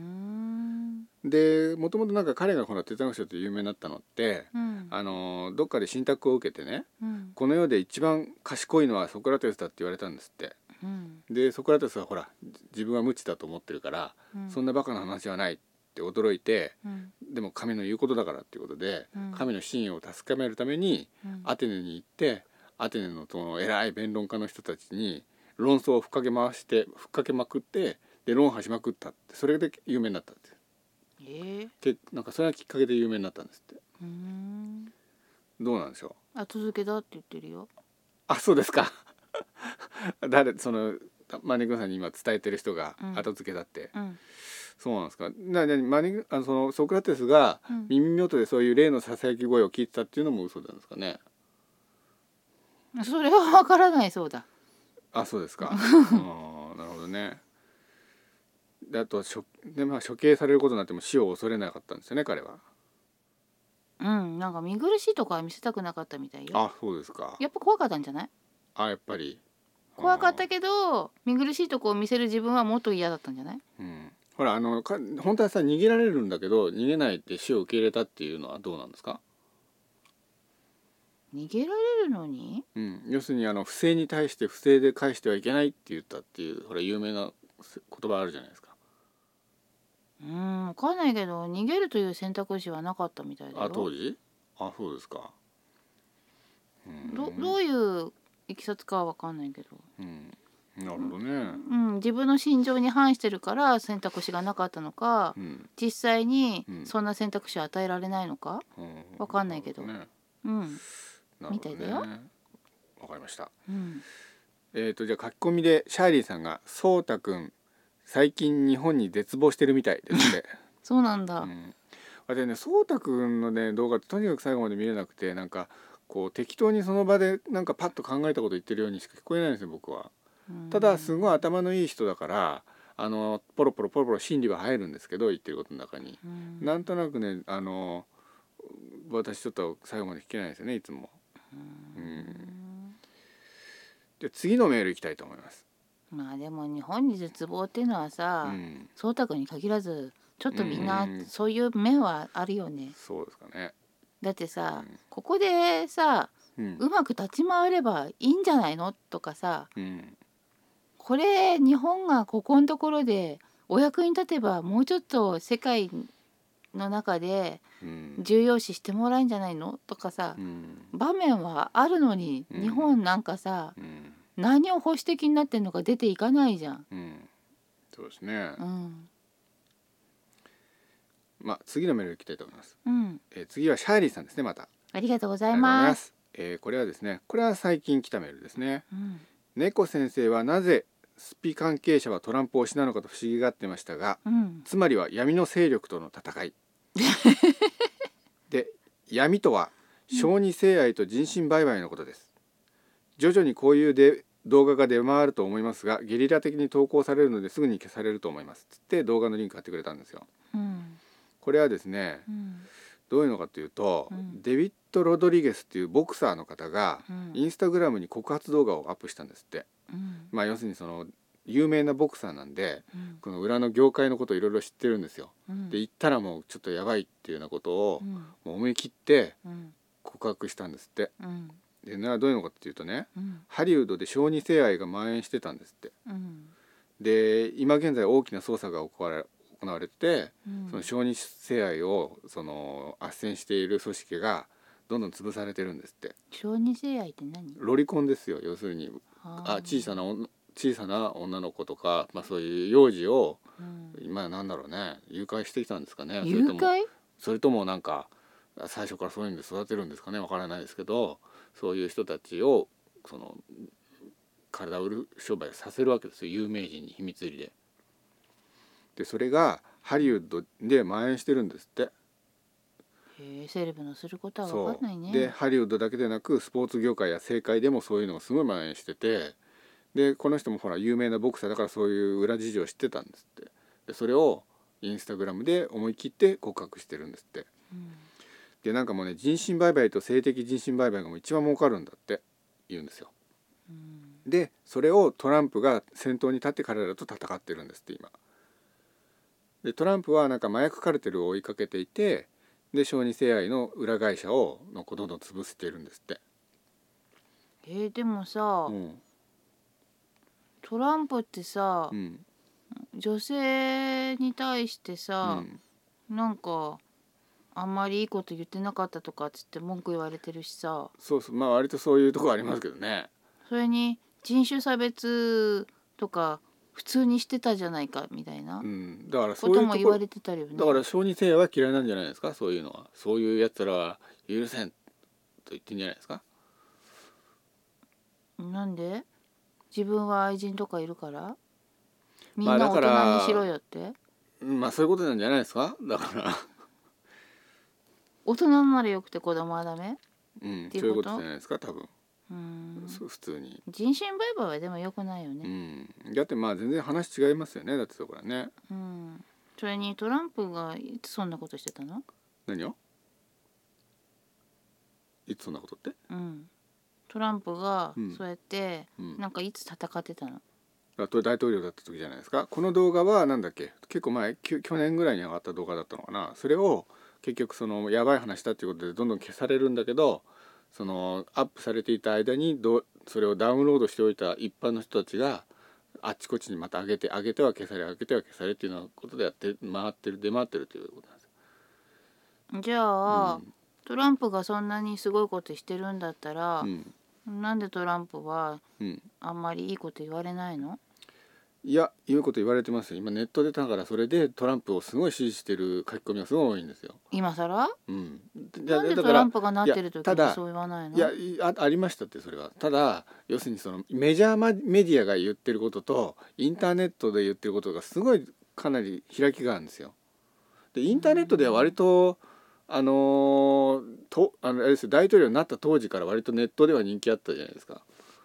でもともとなんか彼がほら哲学者と有名になったのって、どっかで信託を受けてね、この世で一番賢いのはソクラテスだって言われたんですって。でソクラテスはほら自分は無知だと思ってるから、そんなバカな話はないって驚いて、でも神の言うことだからっていうことで、神の真意を確かめるために、アテネに行って、アテネのその偉い弁論家の人たちに論争をふっかけまくって、で論破しまくったって、それで有名になったって。なんかそれがきっかけで有名になったんですって。どうなんでしょう。 後付けだって言ってるよ。 そうですか。そのマネグさんに今伝えてる人が後付けだって。そうなんですか。そのソクラテスが耳元でそういう霊のささやき声を聞いてたっていうのも嘘なんですかね。 それはわからないそうだ。 そうですか。なるほどね。あと処刑されることになっても死を恐れなかったんですよね、彼は。 なんか見苦しいとこは見せたくなかったみたいよ。 そうですか。 やっぱ怖かったんじゃない？ やっぱり怖かったけど見苦しいとこを見せる自分はもっと嫌だったんじゃない？ ほら本当はさ逃げられるんだけど逃げないって死を受け入れたっていうのはどうなんですか？ 逃げられるのに？ 要するに不正に対して不正で返してはいけないって言ったっていうほら有名な言葉あるじゃないですか。 分かんないけど逃げるという選択肢はなかったみたいだよ。 当時？そうですか。 どういういきさつかは分かんないけど。 なるほどね。 自分の心情に反してるから選択肢がなかったのか、実際にそんな選択肢を与えられないのか、分かんないけど。みたいだよ。 わかりました。じゃあ書き込みでシャーリーさんがそうたくん最近日本に絶望してるみたいですね。 そうなんだ。 私ねそうたくんのね動画ってとにかく最後まで見れなくて、なんかこう適当にその場でなんかパッと考えたこと言ってるようにしか聞こえないんですよ僕は。ただすごい頭のいい人だからポロポロ真理は入るんですけど、言ってることの中になんとなくね私ちょっと最後まで聞けないですよねいつも。じゃあ次のメールいきたいと思います。 でも日本に絶望っていうのはさ、そうたくんに限らずちょっとみんなそういう面はあるよね。 そうですかね。 だってさ、ここでさ、うまく立ち回ればいいんじゃないのとかさ、これ日本がここのところでお役に立てばもうちょっと世界の中で重要視してもらえんじゃないのとかさ、場面はあるのに、日本なんかさ、何を保守的になってんのか出ていかないじゃん。 そうですね。次のメールいきたいと思います。次はシャーリーさんですね。またありがとうございます。 これはですね、これは最近来たメールですね。猫先生はなぜスピ関係者はトランプ推しなのかと不思議がってましたが、つまりは闇の勢力との戦いで、闇とは小児性愛と人身売買のことです。徐々にこういう動画が出回ると思いますが、ゲリラ的に投稿されるのですぐに消されると思いますつって動画のリンク貼ってくれたんですよ。これはですね、 どういうのかというと、デビッド・ロドリゲスっていうボクサーの方がインスタグラムに告発動画をアップしたんですって。まあ要するにその有名なボクサーなんで、この裏の業界のことをいろいろ知ってるんですよ。で言ったらもうちょっとやばいっていうようなことをもう思い切って告白したんですって。でどういうのかっていうとね、ハリウッドで小児性愛が蔓延してたんですって。で今現在大きな捜査が行われてて、その小児性愛をその斡旋している組織がどんどん潰されてるんですって。 小児性愛って何？ ロリコンですよ。要するに小さな女の子とか、まあ、そういう幼児を、今なんだろうね、誘拐してきたんですかね。それともなんか最初からそういうので育てるんですかね、わからないですけど、そういう人たちをその体を売る商売させるわけですよ、有名人に秘密裏で。でそれがハリウッドで蔓延してるんですって。 セレブのすることは分かんないね。 でハリウッドだけでなくスポーツ業界や政界でもそういうのがすごい蔓延してて、でこの人もほら有名なボクサーだからそういう裏事情を知ってたんですって。でそれをインスタグラムで思い切って告白してるんですって。でなんかもうね、人身売買と性的人身売買がもう一番儲かるんだって言うんですよ。でそれをトランプが先頭に立って彼らと戦ってるんですって今。でトランプはなんか麻薬カルテルを追いかけていて、で小児性愛の裏会社をどんどん潰しているんですって。 でもさ、トランプってさ、女性に対してさ、なんかあんまりいいこと言ってなかったとかっつって文句言われてるしさ。 そうそう、まあ割とそういうとこありますけどね。 それに人種差別とか普通にしてたじゃないかみたいな、 だからそういうことも言われてたよね。 だから小児性愛は嫌いなんじゃないですか。そういうのは、そういうやつらは許せんと言ってんじゃないですか。 なんで？自分は愛人とかいるからみんな大人にしろよって、 まあそういうことなんじゃないですか。だから大人ならよくて子供はダメ、 そういうことじゃないですか多分。普通に人身売買はでもよくないよね。 だってまあ全然話違いますよね。だってそこらね。 それにトランプがいつそんなことしてたの？ 何を？いつそんなことって？ トランプがそうやって、なんかいつ戦ってたの？ 大統領だった時じゃないですか。この動画はなんだっけ、結構前、去年ぐらいに上がった動画だったのかな。それを結局そのやばい話だっていうことでどんどん消されるんだけど、そのアップされていた間にそれをダウンロードしておいた一般の人たちがあっちこっちにまた上げては消され上げては消されっていうようなことで出回ってるということなんですよ。 じゃあ、トランプがそんなにすごいことしてるんだったら、なんでトランプはあんまりいいこと言われないの？ いや、いうこと言われてますよ。今ネットでだからそれでトランプをすごい支持してる書き込みがすごい多いんですよ。 今更？なんでだトランプがなってる時にそう言わないの？ いやありましたってそれは。ただ要するにそのメジャーメディアが言ってることとインターネットで言ってることがすごいかなり開きがあるんですよ。でインターネットでは割とあれですよ、大統領になった当時から割とネットでは人気あったじゃないですか。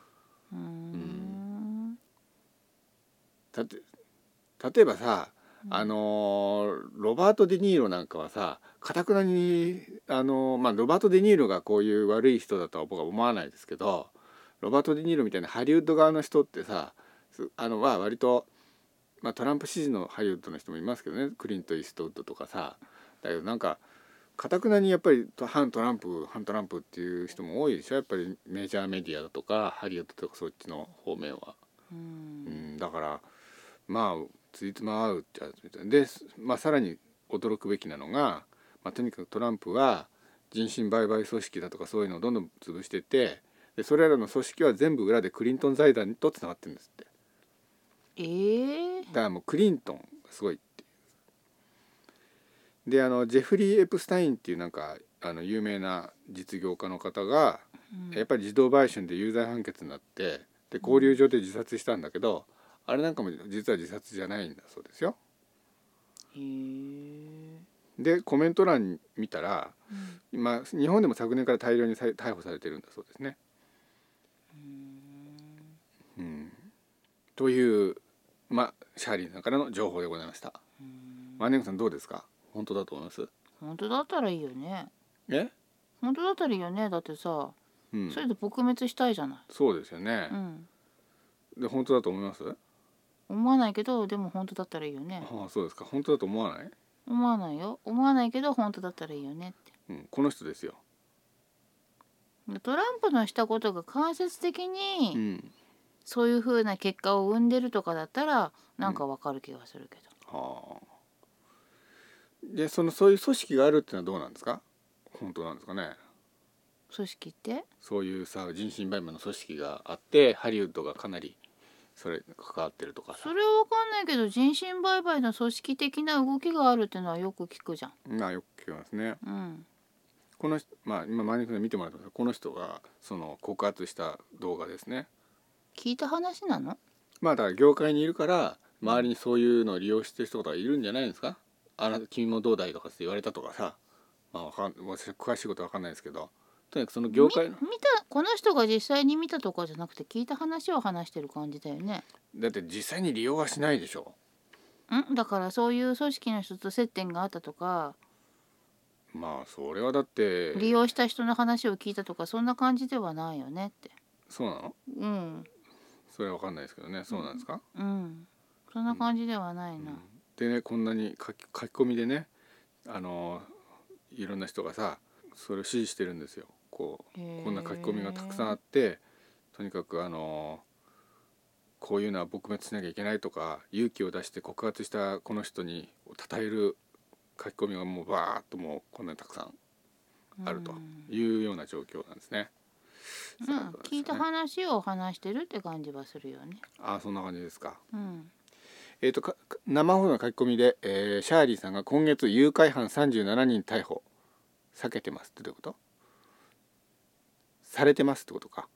例えばさ、ロバート・デ・ニーロなんかはさ、かたくなにロバート・デ・ニーロがこういう悪い人だとは僕は思わないですけど、ロバート・デ・ニーロみたいなハリウッド側の人ってさは割と、トランプ支持のハリウッドの人もいますけどね、クリント・イーストウッドとかさ。だけどなんかかたくなにやっぱり反トランプっていう人も多いでしょ。やっぱりメジャーメディアだとかハリウッドとかそっちの方面は。だからついつま合うっちゃうで、さらに驚くべきなのが、とにかくトランプは人身売買組織だとかそういうのをどんどん潰してて、でそれらの組織は全部裏でクリントン財団とつながってるんですって。だからもうクリントンすごいっていう。でジェフリー・エプスタインっていうなんか有名な実業家の方が、やっぱり児童売春で有罪判決になって、で勾留所で自殺したんだけど、あれなんかも実は自殺じゃないんだそうですよ。でコメント欄見たら、今日本でも昨年から大量に逮捕されてるんだそうですね。というシャーリーさんからの情報でございました。ネコさんどうですか？本当だと思います？ 本当だったらいいよね。 え？ 本当だったらいいよね。だってさ、それで撲滅したいじゃない。 そうですよね。で本当だと思います？ 思わないけど、でも本当だったらいいよね。 ああ、そうですか。本当だと思わない？ 思わないよ。思わないけど本当だったらいいよねって。 この人ですよ。 トランプのしたことが間接的に、そういう風な結果を生んでるとかだったらなんかわかる気がするけど。 はあ。でそういう組織があるってのはどうなんですか？本当なんですかね。 組織って？ そういうさ人身売買の組織があってハリウッドがかなりそれ関わってるとかさ。 それは分かんないけど人身売買の組織的な動きがあるっていうのはよく聞くじゃん。 よく聞きますね。この人、今マネキンで見てもらったんですが、この人がその告発した動画ですね。 聞いた話なの？ だから業界にいるから周りにそういうのを利用してる人がいるんじゃないんですか？君もどうだいとかって言われたとかさ、私詳しいことは分かんないですけど、とにかくその業界のこの人が実際に見たとかじゃなくて聞いた話を話してる感じだよね。 だって実際に利用はしないでしょ。 だからそういう組織の人と接点があったとか、 それはだって利用した人の話を聞いたとかそんな感じではないよねって。 そうなの？それは分かんないですけどね。そうなんですか？ そんな感じではないな。 でね、こんなに書き込みでね、いろんな人がさそれを支持してるんですよ。こんな書き込みがたくさんあって、とにかくこういうのは撲滅しなきゃいけないとか勇気を出して告発したこの人に称える書き込みがもうバーッともうこんなにたくさんあるというような状況なんですね。 聞いた話を話してるって感じはするよね。 そんな感じですか。生放送の書き込みで、シャーリーさんが今月誘拐犯37人逮捕避けてますってどういうこと？されてますってことか。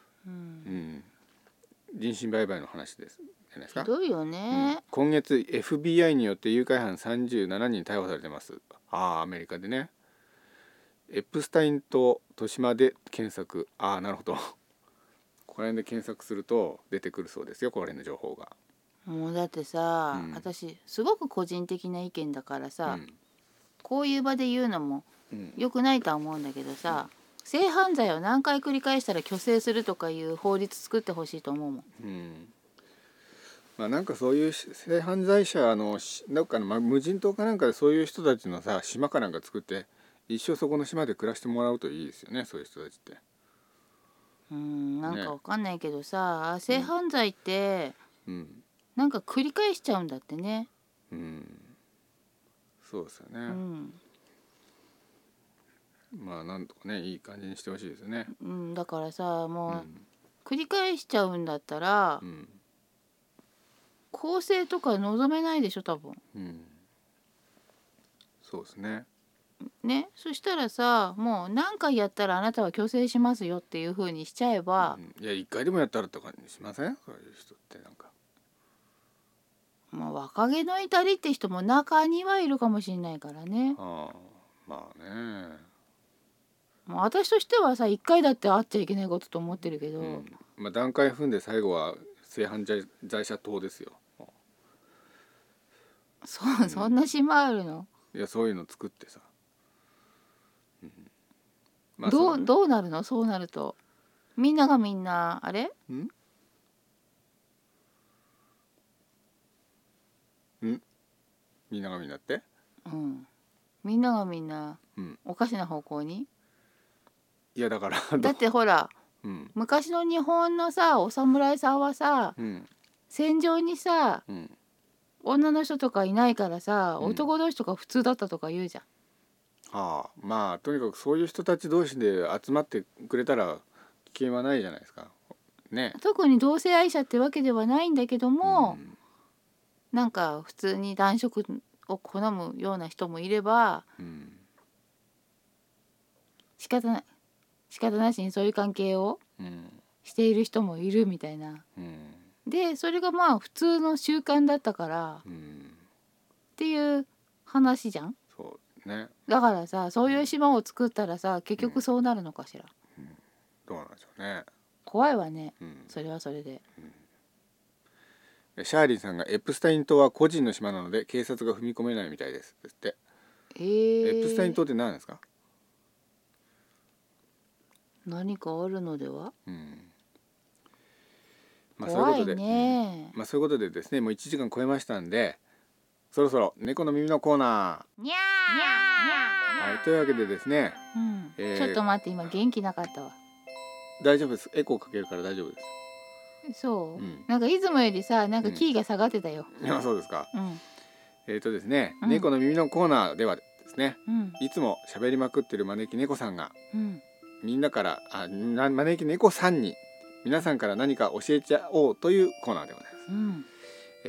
人身売買の話ですじゃないですか。 ひどいよね。 今月 FBI によって誘拐犯37人逮捕されてます。アメリカでね。エプスタインと豊島で検索。なるほど。この辺で検索すると出てくるそうですよ、この辺の情報が。 もうだってさ、私すごく個人的な意見だからさ、こういう場で言うのも良くないとは思うんだけどさ、性犯罪を何回繰り返したら虚勢するとかいう法律作ってほしいと思うもん。 なんかそういう性犯罪者のなんかの、無人島かなんかでそういう人たちのさ島かなんか作って一生そこの島で暮らしてもらうといいですよね、そういう人たちって。 なんかわかんないけどさ、性犯罪って、なんか繰り返しちゃうんだってね。 そうですよね。なんとかねいい感じにしてほしいですよね。 だからさもう、繰り返しちゃうんだったら、更生とか望めないでしょ多分。 そうですね。 そしたらさもう何回やったらあなたは虚勢しますよっていう風にしちゃえば、 いや1回でもやったらとかにしません？そういう人ってなんか。 若気の至りって人も中にはいるかもしれないからね。私としてはさ1回だってあっちゃいけないことと思ってるけど、 段階踏んで最後は性犯罪者等ですよ。 そんな島あるの？ いやそういうの作ってさ、 どうなるの？そうなるとみんながみんなあれ？ みんながみんなって？ みんながみんな、おかしな方向に？ いやだからだってほら、昔の日本のさお侍さんはさ、戦場にさ、女の人とかいないからさ、男同士とか普通だったとか言うじゃん。 とにかくそういう人たち同士で集まってくれたら危険はないじゃないですかね。 特に同性愛者ってわけではないんだけども、なんか普通に男色を好むような人もいれば、仕方なしにそういう関係をしている人もいるみたいな。でそれが普通の習慣だったから、っていう話じゃん。 そうね。だからさそういう島を作ったらさ結局そうなるのかしら。 どうなんでしょうね。 怖いわね、それはそれで。 シャーリーさんがエプスタイン島は個人の島なので警察が踏み込めないみたいですって。 エプスタイン島って何ですか？ 何かあるのでは？ そういうことで、そういうことでですね、もう1時間超えましたんで、そろそろ猫の耳のコーナー。にゃー。はい、というわけでですね、 ちょっと待って、今元気なかったわ。 大丈夫です。エコーかけるから大丈夫です。 そう、なんかいつもよりさ、なんかキーが下がってたよ。 そうですか。ですね、猫の耳のコーナーではですね、いつも喋りまくってる招き猫さんが、みんなから招き猫さんに皆さんから何か教えちゃおうというコーナーでございます。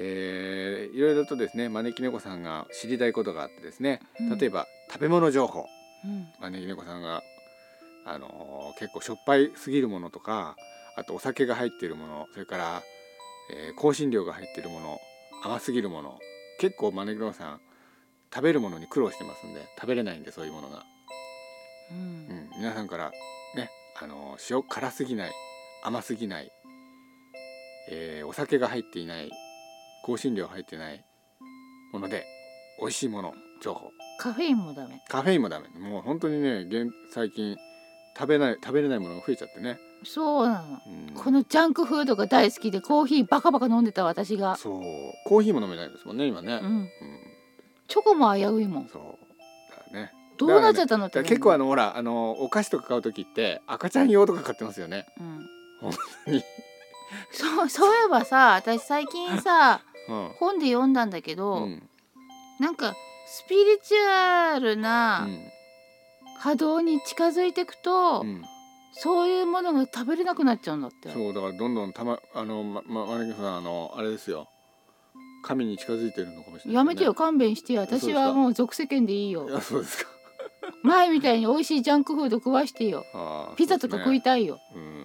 いろいろとですね、招き猫さんが知りたいことがあってですね、例えば食べ物情報、招き猫さんが結構しょっぱいすぎるものとか、あとお酒が入っているもの、それから、香辛料が入っているもの、甘すぎるもの、結構招き猫さん食べるものに苦労してますんで、食べれないんで、そういうものが、皆さんからね、辛すぎない、甘すぎない、お酒が入っていない、香辛料入っていないもので美味しいもの情報。 カフェインもダメ。 カフェインもダメ。もう本当にね、最近食べれないものが増えちゃってね。 そうなの、このジャンクフードが大好きでコーヒーバカバカ飲んでた私が。 そう、コーヒーも飲めないですもんね今ね。 チョコも危ういもん。 そうだね。 どうなっちゃったのって、 結構ほらお菓子とか買う時って赤ちゃん用とか買ってますよね。本当に。 そういえばさ、私最近さ、本で読んだんだけど、なんかスピリチュアルな波動に近づいていくと、そういうものが食べれなくなっちゃうんだって。 そうだから、どんどん招きさんあれですよ、神に近づいてるのかもしれない、ね。 やめてよ、勘弁してよ。私はもう俗世間でいいよ。 そうですか。 前みたいに美味しいジャンクフード食わしてよ。ピザとか食いたいよ。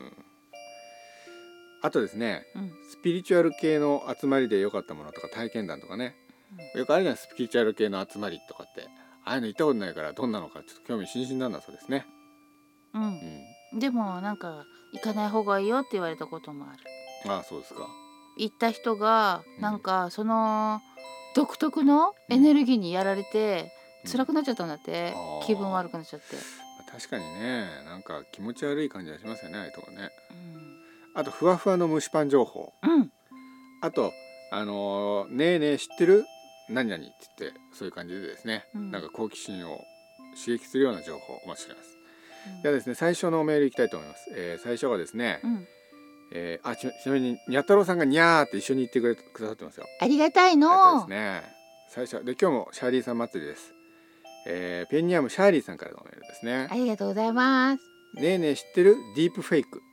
あとですね、スピリチュアル系の集まりで良かったものとか体験談とかね、よくあるじゃない、スピリチュアル系の集まりとかって。ああいうの行ったことないから、どんなのかちょっと興味津々なんだそうですね。 でもなんか行かない方がいいよって言われたこともある。 ああ、そうですか。 行った人がなんかその独特のエネルギーにやられて辛くなっちゃったんだって、気分悪くなっちゃって。 確かにね、なんか気持ち悪い感じがしますよね、ああいうとこね。あとふわふわの蒸しパン情報。あとねえねえ知ってる何々って言って、そういう感じでですね、なんか好奇心を刺激するような情報をお待ちしています。ではですね、最初のメールいきたいと思います。最初はですね、ちなみににゃ太郎さんがにゃーって一緒に言ってくださってますよ。 ありがたいの。 ですね。最初で、今日もシャーリーさん祭りです。ペンニアムシャーリーさんからのメールですね。 ありがとうございます。 ねえねえ知ってるディープフェイク。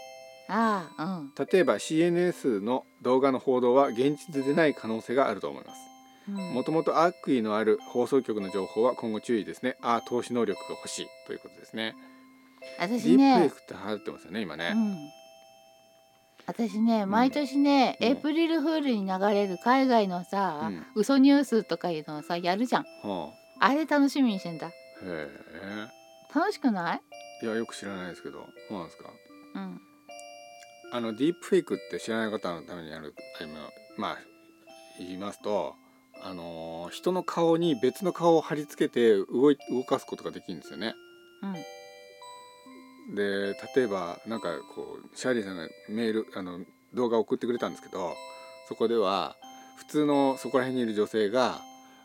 例えば CNS の動画の報道は現実でない可能性があると思います。もともと悪意のある放送局の情報は今後注意ですね。投資能力が欲しいということですね。 私ね、 ディープフェイクって流行ってますよね今ね。 私ね、毎年ね、エイプリルフールに流れる海外のさ、嘘ニュースとかいうのをさやるじゃん。あれ楽しみにしてんだ。へえ。楽しくない？ いや、よく知らないですけど、そうなんですか。ディープフェイクって知らない方のために言いますと、人の顔に別の顔を貼り付けて動かすことができるんですよね。で、例えばなんかこうシャーリーさんが動画を送ってくれたんですけど、そこでは普通のそこら辺にいる女性が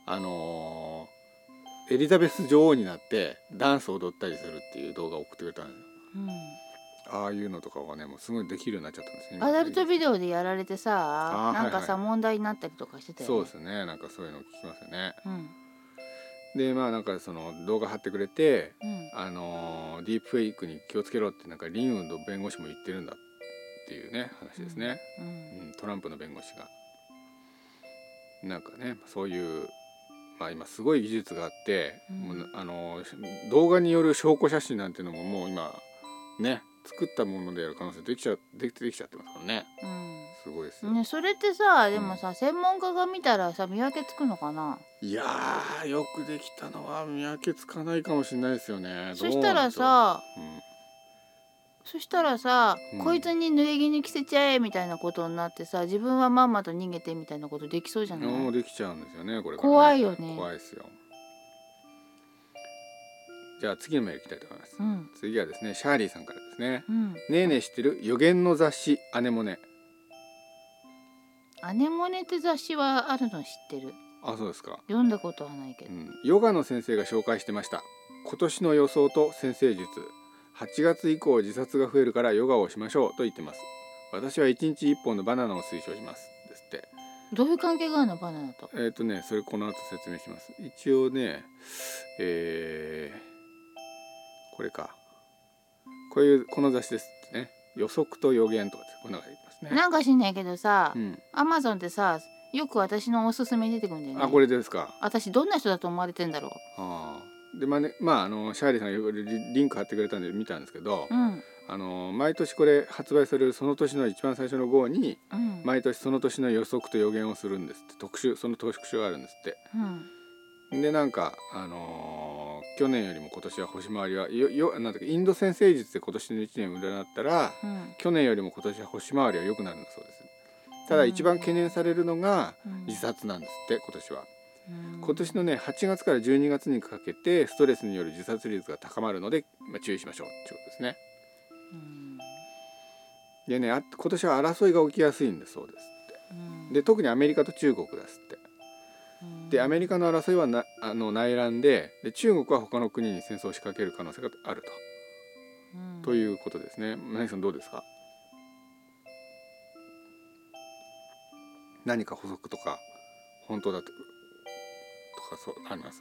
エリザベス女王になってダンスを踊ったりするっていう動画を送ってくれたんですよ。ああいうのとかがね、もうすごいできるようになっちゃったんですね。 アダルトビデオでやられてさ、なんかさ、問題になったりとかしてたよね。 そうですね、なんかそういうの聞きますよね。で、なんかその動画貼ってくれて、ディープフェイクに気をつけろってなんかリンウッド弁護士も言ってるんだっていうね話ですね。トランプの弁護士がなんかね、そういう今すごい技術があって、動画による証拠写真なんていうのももう今ね、作ったものである可能性できちゃってますからね。すごいですよね。 それってさ、でもさ、専門家が見たらさ見分けつくのかな。 いやー、よくできたのは見分けつかないかもしれないですよね。 そしたらさ、こいつに濡れ衣着せちゃえみたいなことになってさ、自分はまんまと逃げてみたいなことできそうじゃない？ もうできちゃうんですよね、これからね。 怖いよね。 怖いですよ。 じゃあ次のメールいきたいと思います、 うん、 次はですねシャーリーさんからですね、 うん、 ねえねえ知ってる予言の雑誌アネモネ。 アネモネって雑誌はあるの知ってる。 あ、そうですか。 読んだことはないけど、 ヨガの先生が紹介してました。今年の予想と先生術。8月以降自殺が増えるからヨガをしましょうと言ってます。私は1日1本のバナナを推奨しますですって。 どういう関係があるのバナナと。 それこの後説明します。一応ね、これか。この雑誌ですね。予測と予言とかこんなのがありますね。 なんか知んないけどさ、アマゾンってさ、よく私のおすすめに出てくるんだよね。 あ、これですか。 私どんな人だと思われてんだろう。 でシャーリーさんがリンク貼ってくれたんで見たんですけど、毎年これ発売されるその年の一番最初の号に、毎年その年の予測と予言をするんですってその特集があるんですって。でなんか去年よりも今年は星回りはなんだっけインド占星術で今年の1年占ったら、去年よりも今年は星回りは良くなるんだそうです。ただ一番懸念されるのが自殺なんですって今年は。今年のね8月から12月にかけてストレスによる自殺率が高まるので、注意しましょうっていうことですね。でね今年は争いが起きやすいんだそうですって。で特にアメリカと中国ですって。でアメリカの争いは内乱で中国は他の国に戦争を仕掛ける可能性があるということですね。何さんどうですか。何か補足とか本当だとかそうあります？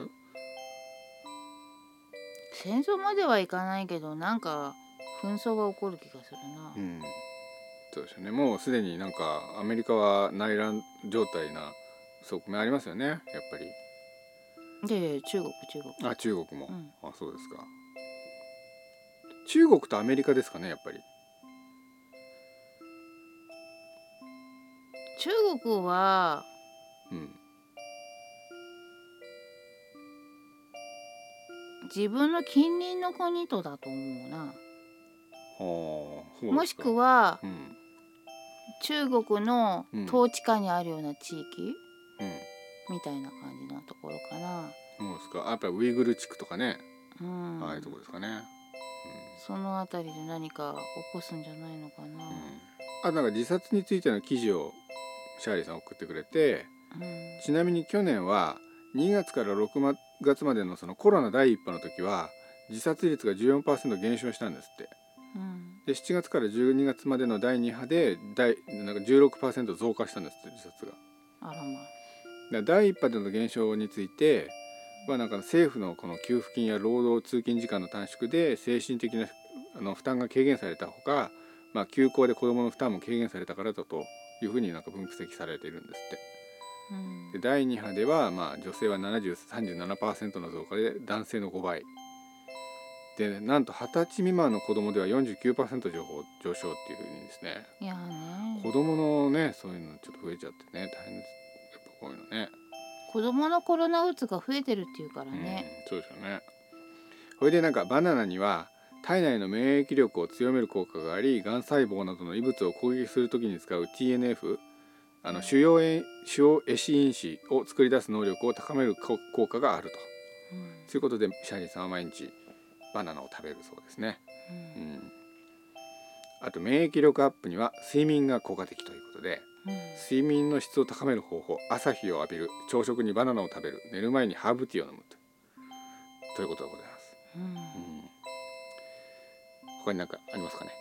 戦争まではいかないけどなんか紛争が起こる気がするな。 そうですよね。もうすでになんかアメリカは内乱状態な側面ありますよねやっぱり。 で中国あ、中国も、あ、そうですか。中国とアメリカですかねやっぱり。 中国は、自分の近隣の国とだと思うな。もしくは、中国の統治下にあるような地域、みたいな感じのところかな。 そうですか。やっぱりウイグル地区とかね、ああいうところですかね。 そのあたりで何か起こすんじゃないのかな。 なんか自殺についての記事をシャーリーさん送ってくれて、ちなみに去年は2月から6月までのそのコロナ第1波の時は自殺率が 14% 減少したんですって。で7月から12月までの第2波でなんか 16% 増加したんですって自殺が。 あらま。 第1波での減少についてはなんか政府のこの給付金や労働通勤時間の短縮で精神的な負担が軽減されたほか、休校で子どもの負担も軽減されたからだというふうになんか分析されているんですって。で第2波では女性は37% の増加で男性の5倍で、なんと20歳未満の子どもでは 49% 上昇っていうふうにですね。 いやね。 子どものねそういうのちょっと増えちゃってね大変です。やっぱこういうのね。 子どものコロナうつが増えてるっていうからね。 そうですよね。これでなんかバナナには体内の免疫力を強める効果があり、がん細胞などの異物を攻撃するときに使う TNF 主要エシ因子を作り出す能力を高める効果があると、ということでシャーリーさんは毎日バナナを食べるそうですね。あと免疫力アップには睡眠が効果的ということで、睡眠の質を高める方法、朝日を浴びる、朝食にバナナを食べる、寝る前にハーブティーを飲むということでございます。他に何かありますかね。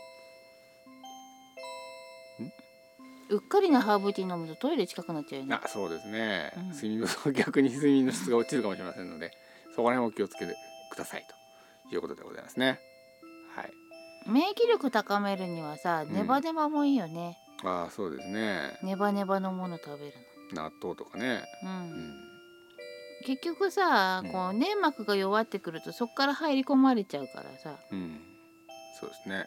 うっかりなハーブティー飲むとトイレ近くなっちゃうよね。 そうですね、逆に睡眠の質が落ちるかもしれませんので、そこら辺お気をつけてくださいということでございますね。はい。 免疫力高めるにはさ、ネバネバもいいよね。 そうですね。 ネバネバのもの食べるの。納豆とかね。 結局さ、こう粘膜が弱ってくるとそこから入り込まれちゃうからさ。 そうですね。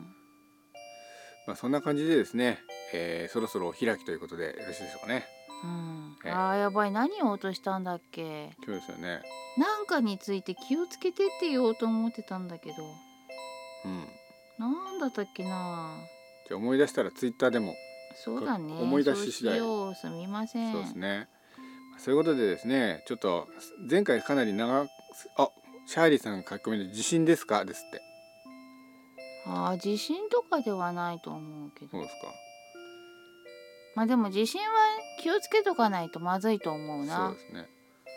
そんな感じでですね、そろそろお開きということでよろしいでしょうかね。 やばい、何を落としたんだっけ。 そうですよね。 なんかについて気をつけてって言おうと思ってたんだけど、なんだったっけな。 じゃあ思い出したらツイッターでも。 そうだね。 思い出し次第。 すみません。 そうですね。そういうことでですね、ちょっと前回かなりシャーリーさんが書き込みで地震ですかですって。 地震とかではないと思うけど。 そうですか。 まあでも地震は気をつけとかないとまずいと思うな。 そうですね。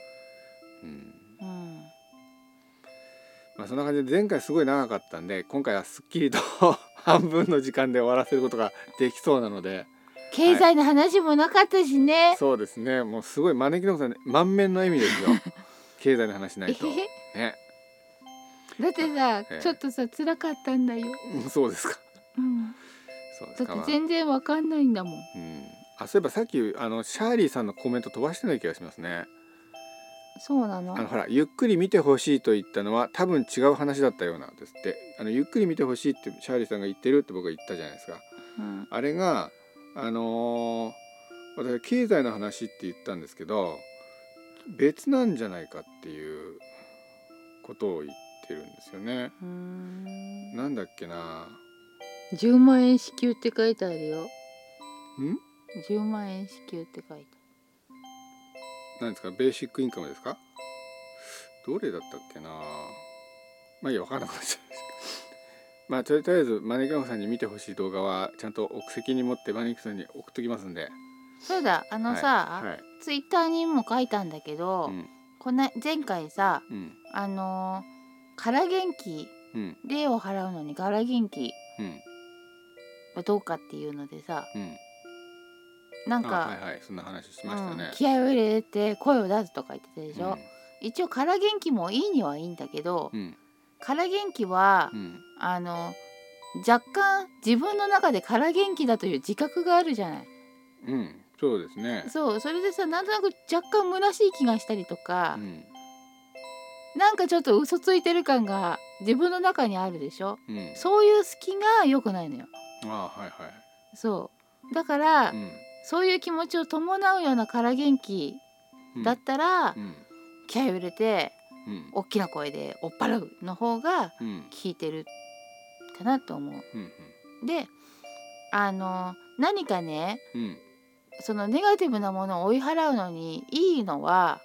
まあそんな感じで前回すごい長かったんで、今回はすっきりと半分の時間で終わらせることができそうなので。 経済の話もなかったしね、 はい、そうですね。もうすごい招き猫さん、ね、満面の笑みですよ経済の話ないとね。 だってさ、ちょっとさ辛かったんだよ。 そうですか。 そうですか。だって全然わかんないんだもん。 そういえばさっきシャーリーさんのコメント飛ばしてない気がしますね。 そうなの。 ほらゆっくり見てほしいと言ったのは多分違う話だったようなんですって。ゆっくり見てほしいってシャーリーさんが言ってるって僕が言ったじゃないですか。あれが私経済の話って言ったんですけど、別なんじゃないかっていうことを言ってるんですよね。なんだっけな。 10万円支給って書いてあるよ。10万円支給って書いてある。 何ですか、ベーシックインカムですか。どれだったっけな。まあいいや、分からなくなっちゃいましたまあとりあえず招き猫さんに見てほしい動画はちゃんと責任持って招きさんに送っときますんで。 そうだ、ツイッターにも書いたんだけど、前回さ、空元気、霊を払うのに空元気はどうかっていうのでさ、なんかそんな話しましたね。 気合を入れて声を出すとか言ってたでしょ。一応空元気もいいにはいいんだけど、空元気は、若干自分の中で空元気だという自覚があるじゃない。 そうですね。 そう、それでさ、なんとなく若干虚しい気がしたりとか、なんかちょっと嘘ついてる感が自分の中にあるでしょ。そういう隙が良くないのよ。そうだから、そういう気持ちを伴うような空元気だったら、気合を入れて、大きな声で追っ払うの方が効いてるかなと思う。で、何かね、そのネガティブなものを追い払うのにいいのは、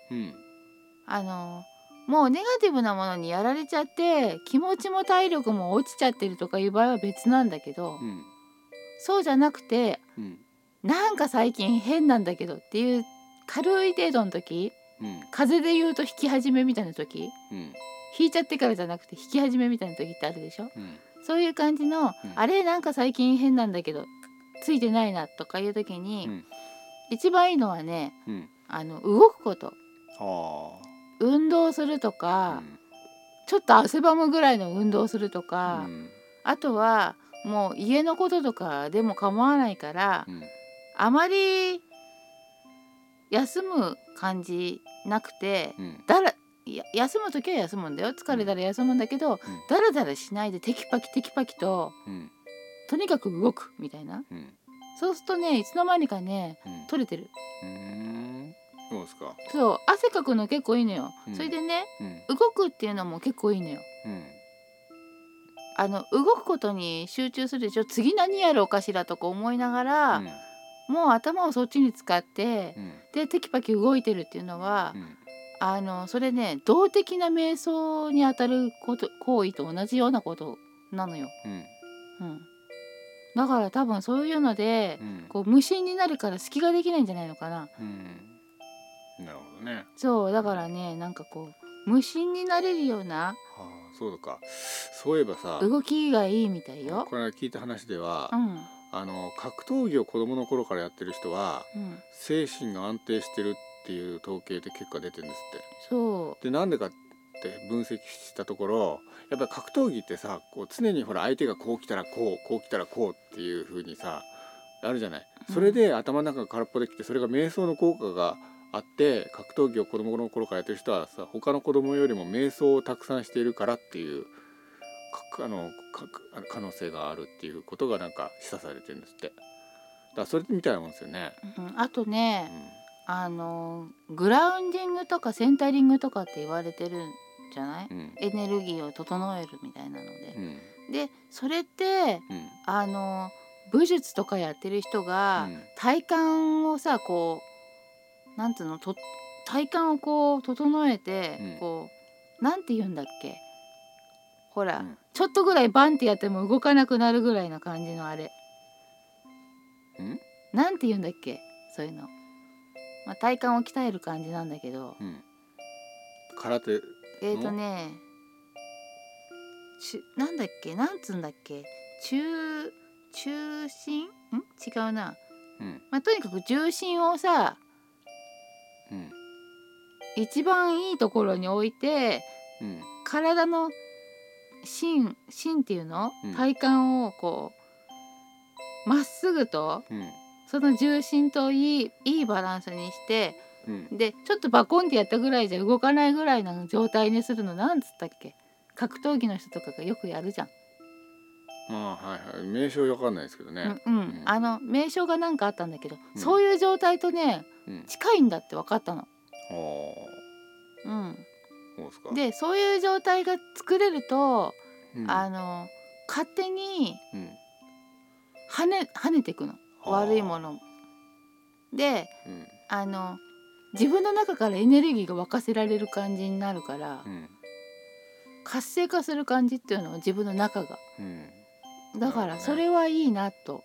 もうネガティブなものにやられちゃって気持ちも体力も落ちちゃってるとかいう場合は別なんだけど、そうじゃなくて、なんか最近変なんだけどっていう軽い程度の時、風邪で言うと引き始めみたいな時、引いちゃってからじゃなくて引き始めみたいな時ってあるでしょ。そういう感じの、あれなんか最近変なんだけどついてないなとかいう時に、一番いいのはね、動くこと、運動するとか、ちょっと汗ばむぐらいの運動するとか、あとはもう家のこととかでも構わないから、あまり休む感じなくて、休む時は休むんだよ。疲れたら休むんだけど、だらだらしないでテキパキテキパキと、とにかく動くみたいな、そうするとね、いつの間にかね、取れてる。 そうですか。 そう、汗かくの結構いいのよ。それでね、動くっていうのも結構いいのよ。動くことに集中するでしょ。次何やろうかしらとか思いながら、もう頭をそっちに使って、でテキパキ動いてるっていうのは、それね、動的な瞑想にあたる行為と同じようなことなのよ。だから多分そういうので、こう無心になるから隙ができないんじゃないのかな。 なるほどね。 そうだからね、なんかこう無心になれるような、 そうか。そういえばさ、 動きがいいみたいよ。 これ聞いた話では、格闘技を子供の頃からやってる人は、精神が安定してるっていう統計で結果出てるんですって。 そうで、なんでかって分析したところ、やっぱり格闘技ってさ、こう常にほら相手がこう来たらこう、こう来たらこうっていう風にさあるじゃない。それで頭の中が空っぽできて、それが瞑想の効果があって、格闘技を子供の頃からやってる人はさ、他の子供よりも瞑想をたくさんしているからっていう可能性があるっていうことがなんか示唆されてるんですって。だからそれみたいなもんですよね。 あとね、グラウンディングとかセンタリングとかって言われてるんじゃない、エネルギーを整えるみたいなので、でそれって、武術とかやってる人が、体幹をさ、こうなんつうの、体幹をこう整えて、こうなんて言うんだっけ、ほら、ちょっとぐらいバンってやっても動かなくなるぐらいな感じのあれ、なんて言うんだっけ、そういうの、体幹を鍛える感じなんだけど、 空手なんだっけ、なんつうんだっけ、中心違うな、とにかく重心をさ、一番いいところに置いて、体の芯っていうの、体幹をこうまっすぐと、その重心といいバランスにして、でちょっとバコンってやったぐらいじゃ動かないぐらいの状態にするの、なんつったっけ、格闘技の人とかがよくやるじゃん。 はいはい、名称わかんないですけどね。 名称がなんかあったんだけど、そういう状態とね、近いんだって分かったの。でそういう状態が作れると、勝手に跳ねていくの、悪いもので、自分の中からエネルギーが沸かせられる感じになるから、活性化する感じっていうのは自分の中が、だからそれはいいなと。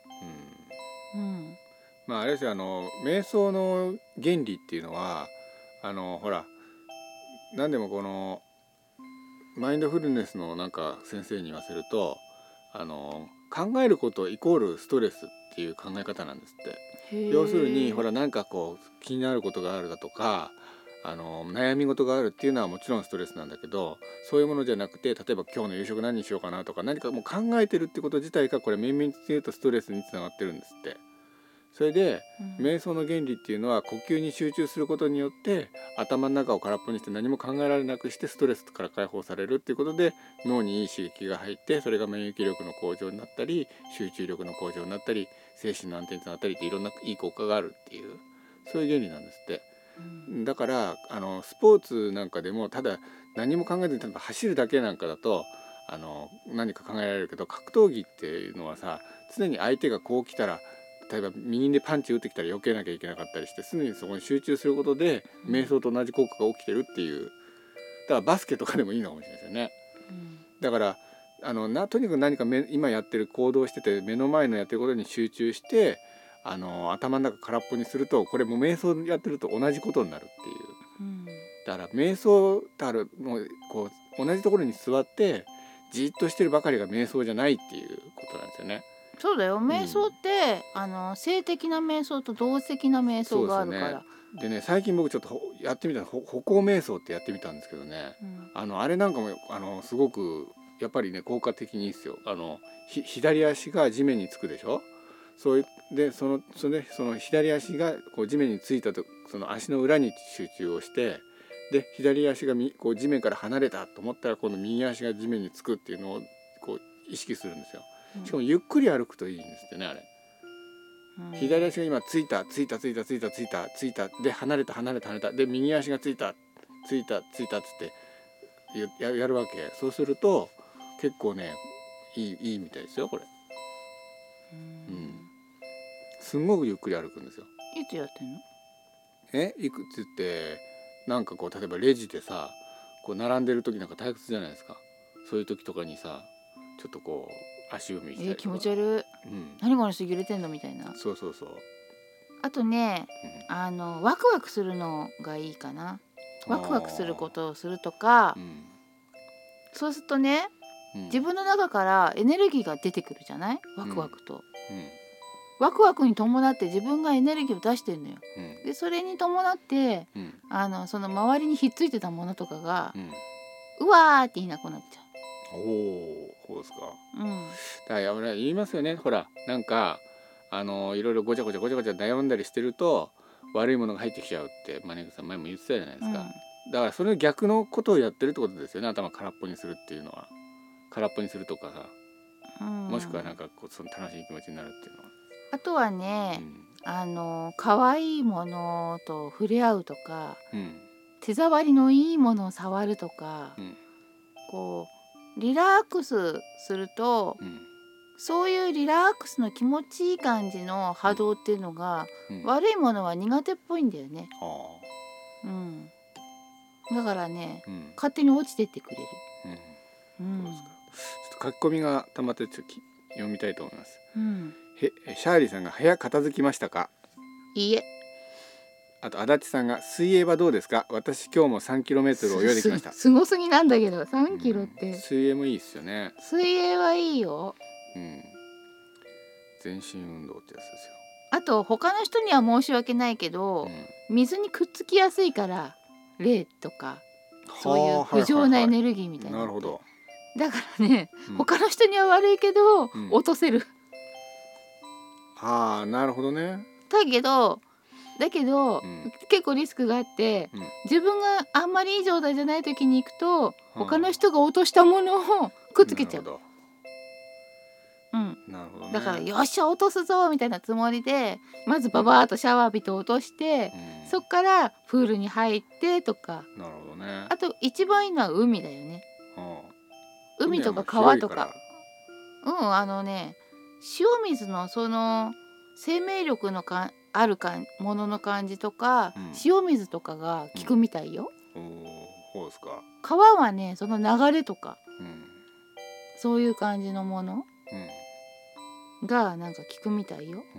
あれですよ、瞑想の原理っていうのはほら、何でもこのマインドフルネスのなんか先生に言わせると、考えることイコールストレスっていう考え方なんですって。要するにほら、なんかこう気になることがあるだとか、悩み事があるっていうのはもちろんストレスなんだけど、そういうものじゃなくて、例えば今日の夕食何にしようかなとか、何かもう考えてるってこと自体がこれ綿密に言うとストレスにつながってるんですって。それで、瞑想の原理っていうのは呼吸に集中することによって頭の中を空っぽにして何も考えられなくしてストレスから解放されるっていうことで、脳にいい刺激が入って、それが免疫力の向上になったり集中力の向上になったり精神の安定につながったりっていろんないい効果があるっていう、そういう原理なんですって。だからスポーツなんかでもただ何も考えずに例えば走るだけなんかだと何か考えられるけど、格闘技っていうのはさ、常に相手がこう来たら、例えば右でパンチ打ってきたら避けなきゃいけなかったりして、常にそこに集中することで瞑想と同じ効果が起きてるっていう。だからバスケとかでもいいのかもしれないですよね。だからとにかく何か今やってる行動してて目の前のやってることに集中して頭の中空っぽにすると、これも瞑想やってると同じことになるっていう。だから瞑想だからもうこう同じところに座ってじっとしてるばかりが瞑想じゃないっていうことなんですよね。 そうだよ、瞑想って、静的な瞑想と動的な瞑想があるから。 でね、最近僕ちょっとやってみた歩行瞑想ってやってみたんですけどね、あれなんかもすごくやっぱりね効果的にいいですよ。左足が地面につくでしょ。そうでその左足がこう地面についたと、その足の裏に集中をして、で左足がこう地面から離れたと思ったら、今度右足が地面につくっていうのをこう意識するんですよ。しかもゆっくり歩くといいんですってね、あれ。左足が今ついたで離れたで右足がついたっつってやるわけ。そうすると結構ねいいみたいですよこれ。すんごくゆっくり歩くんですよ。 いつやってんの？ いくつってなんかこう例えばレジでさ、こう並んでる時なんか退屈じゃないですか。そういう時とかにさ、ちょっとこう足踏みしたりとか。 気持ち悪い、何この人揺れてんのみたいな。 そう。 あとね、ワクワクするのがいいかな。ワクワクすることをするとか、そうするとね、自分の中からエネルギーが出てくるじゃない、ワクワクと。ワクワクに伴って自分がエネルギーを出してるのよ。でそれに伴って、その周りにひっついてたものとかが、うわーっていなくなっちゃう。 そうですか。だから言いますよね。ほらなんかいろいろごちゃごちゃ悩んだりしてると悪いものが入ってきちゃうってマネーさん前も言ってたじゃないですか。だからそれの逆のことをやってるってことですよね。頭空っぽにするっていうのは。空っぽにするとかさ、もしくはなんかこうその楽しい気持ちになるっていうのは。 あとはね、可愛いものと触れ合うとか、手触りのいいものを触るとか、こうリラックスすると、そういうリラックスの気持ちいい感じの波動っていうのが、悪いものは苦手っぽいんだよね。 だからね、勝手に落ちてってくれる。 そうですか。ちょっと書き込みがたまってちょっと読みたいと思います。シャーリーさんが部屋片付きましたか？ いいえ。 あと足立さんが水泳はどうですか？私今日も3km泳いできました。 すごすぎなんだけど3キロって、 水泳もいいですよね。 水泳はいいよ。 全身運動ってやつですよ。 あと他の人には申し訳ないけど、水にくっつきやすいから霊とかそういう不浄なエネルギーみたいな。 なるほど。 だからね、他の人には悪いけど、落とせる。 ああ、なるほどね。 だけど、結構リスクがあって、自分があんまりいい状態じゃない時に行くと、他の人が落としたものをくっつけちゃう。 なるほどね。 だからよっしゃ落とすぞみたいなつもりでまずババーっとシャワー浴びて落として、そっからプールに入ってとか。 なるほどね。 あと一番いいのは海だよね。海とか川とか。塩水のその生命力のあるものの感じとか、塩水とかが効くみたいよ。 そうですか。 川はねその流れとか、そういう感じのものがなんか効くみたいよ。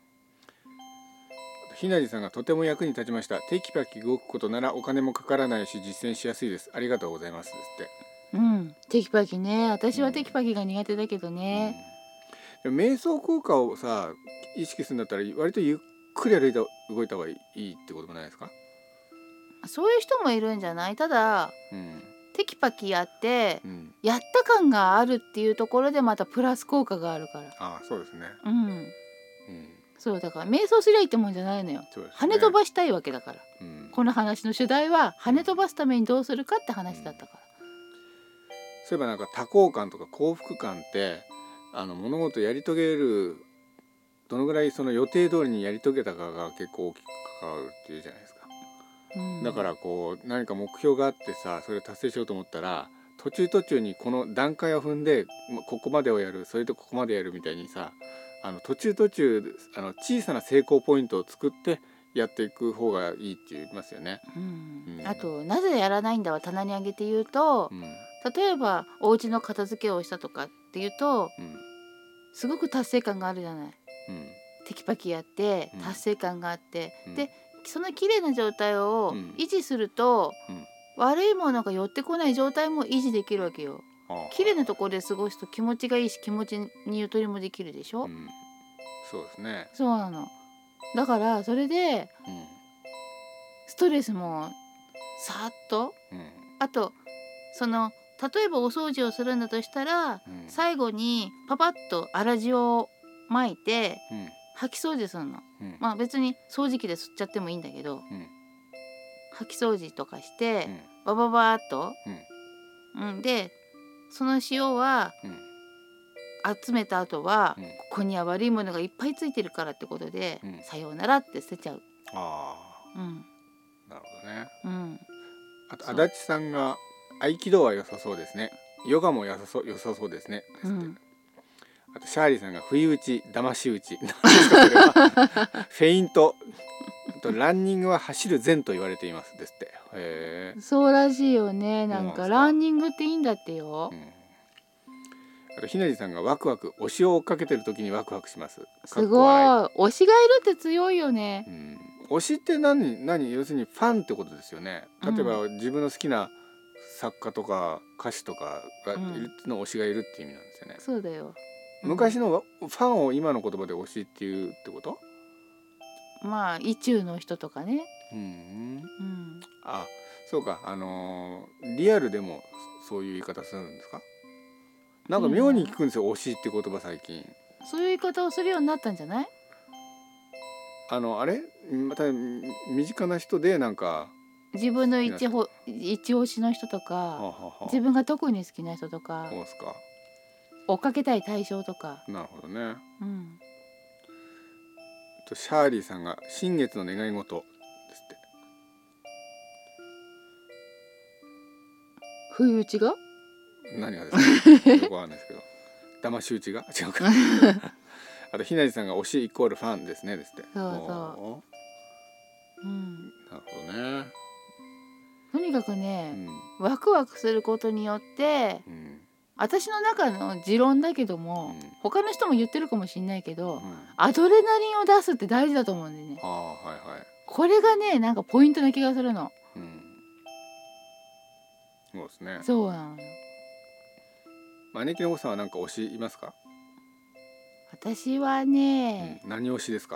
ひなじさんがとても役に立ちました。テキパキ動くことならお金もかからないし実践しやすいです。ありがとうございますって。 テキパキね。私はテキパキが苦手だけどね。 でも瞑想効果をさ意識するんだったら割とゆっくり動いた方がいいってこともないですか？ そういう人もいるんじゃない？ただ、テキパキやって、やった感があるっていうところでまたプラス効果があるから。 ああ、そうですね。 そうだから瞑想すりゃいいってもんじゃないのよ。跳ね飛ばしたいわけだから。この話の主題は跳ね飛ばすためにどうするかって話だったから。 そういえばなんか多幸感とか幸福感って物事やり遂げるどのぐらいその予定通りにやり遂げたかが結構大きく関わるっていうじゃないですか。だからこう何か目標があってさ、それを達成しようと思ったら途中にこの段階を踏んでここまでをやる、それとここまでやるみたいにさ、途中小さな成功ポイントを作ってやっていく方がいいって言いますよね。 あとなぜやらないんだは棚にあげて言うと、例えばお家の片付けをしたとかっていうと、すごく達成感があるじゃない。テキパキやって達成感があって、でその綺麗な状態を維持すると、悪いものが寄ってこない状態も維持できるわけよ。綺麗なところで過ごすと気持ちがいいし、気持ちにゆとりもできるでしょ。 そうですね。 そうなの。だからそれで、ストレスもさっと、あと例えばお掃除をするんだとしたら、最後にパパッと粗塩を巻いて、掃き掃除するの。まあ別に掃除機で吸っちゃってもいいんだけど、掃き掃除とかして、バババーっと、でその塩は、集めた後は、ここには悪いものがいっぱいついてるからってことで、さようならって捨てちゃう。 なるほどね。あと足立さんが合気道は良さそうですね。ヨガも良さそうですね。あとシャーリーさんが不意打ち、騙し打ち。何ですかそれは。フェイント。ランニングは走る前と言われていますですって。 そうらしいよね。なんかランニングっていいんだってよ。 あとひなじさんがワクワク、推しを追っかけてる時にワクワクします。 すごい。推しがいるって強いよね。 推しって何要するにファンってことですよね。例えば、自分の好きな作家とか歌手とかがいるっての推しがいるっていう意味なんですよね。 そうだよ。 昔のファンを今の言葉で推しっていうってこと？ まあ意中の人とかね。 あ、そうか。リアルでもそういう言い方するんですか？なんか妙に聞くんですよ、推しって言葉最近。 そういう言い方をするようになったんじゃない？ あれまた身近な人でなんか自分の一押しの人とか、自分が特に好きな人とか、追っかけたい対象とか。 なるほどね。シャーリーさんが新月の願い事ですって。 不意打ちが？ 何がですか？よくわかんないですけど。騙し打ちが違うか。あとひなじさんが推しイコールファンですねですって。 そうそう。 なるほどね。 とにかくね、ワクワクすることによって、私の中の持論だけども、他の人も言ってるかもしれないけど、アドレナリンを出すって大事だと思うんだよね。これがねなんかポイントな気がするの。 そうですね。 そうなの。 招き猫さんは何か推しいますか？ 私はね、 何推しですか？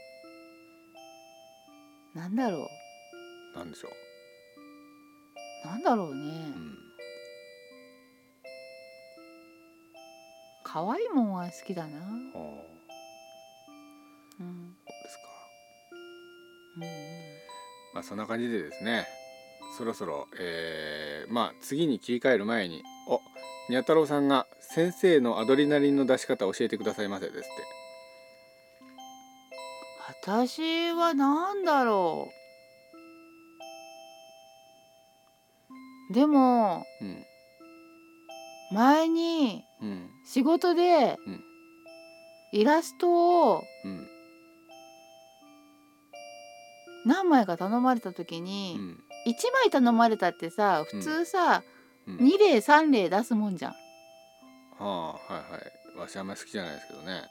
なんだろう。 なんでしょう。なんだろうね。可愛いもんは好きだな。 そうですか。まあそんな感じでですね。そろそろ、まあ次に切り替える前に、にゃ太郎さんが先生のアドレナリンの出し方を教えてくださいませですって。 私はなんだろう。でも、前に仕事でイラストを何枚か頼まれた時に、1枚頼まれたってさ普通さ、2例3例出すもんじゃん。 わしあんまり好きじゃないですけどね。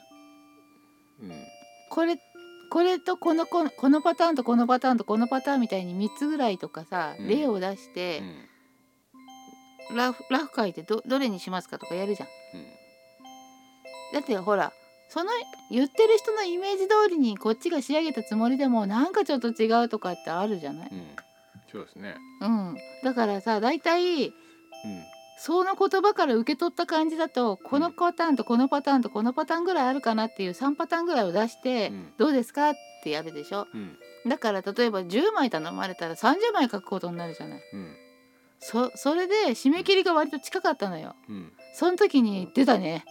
これとこのパターンとこのパターンとこのパターンみたいに3つぐらいとかさ、例を出して、ラフ書いてどれにしますかとかやるじゃん。だってほらその言ってる人のイメージ通りにこっちが仕上げたつもりでもなんかちょっと違うとかってあるじゃない。 そうですね。 だからさ大体、その言葉から受け取った感じだとこのパターンとこのパターンとこのパターンぐらいあるかなっていう3パターンぐらいを出して、どうですかってやるでしょ。だから例えば10枚頼まれたら30枚書くことになるじゃない。それで締め切りが割と近かったのよ。その時に出たね。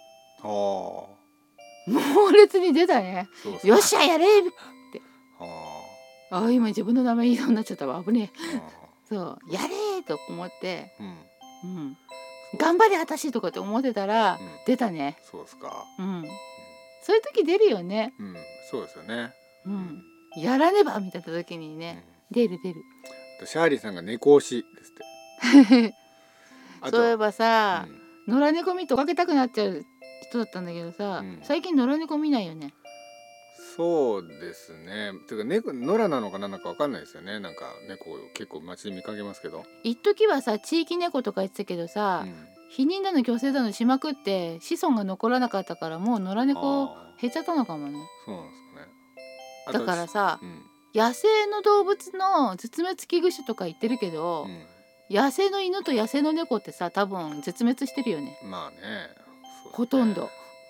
猛烈に出たね。よっしゃやれって。今自分の名前言いそうになっちゃったわ。危ねえ。そうやれと思って、頑張れ私とかって思ってたら、出たね。 そうですか。 そういう時出るよね。 そうですよね。 やらねばみたいな時にね、出る。 シャーリーさんが猫推しですって。 そういえばさ、野良猫見とかけたくなっちゃう人だったんだけどさ、最近野良猫見ないよね。 そうですね。てか野良なのか何なのか分かんないですよね。なんか猫結構街で見かけますけど。 一時はさ地域猫とか言ってたけどさ、避妊だの去勢だのしまくって子孫が残らなかったからもう野良猫減っちゃったのかもね。 そうなんですかね。 だからさ、野生の動物の絶滅危惧種とか言ってるけど、野生の犬と野生の猫ってさ多分絶滅してるよね。 まあね。 ほとんど。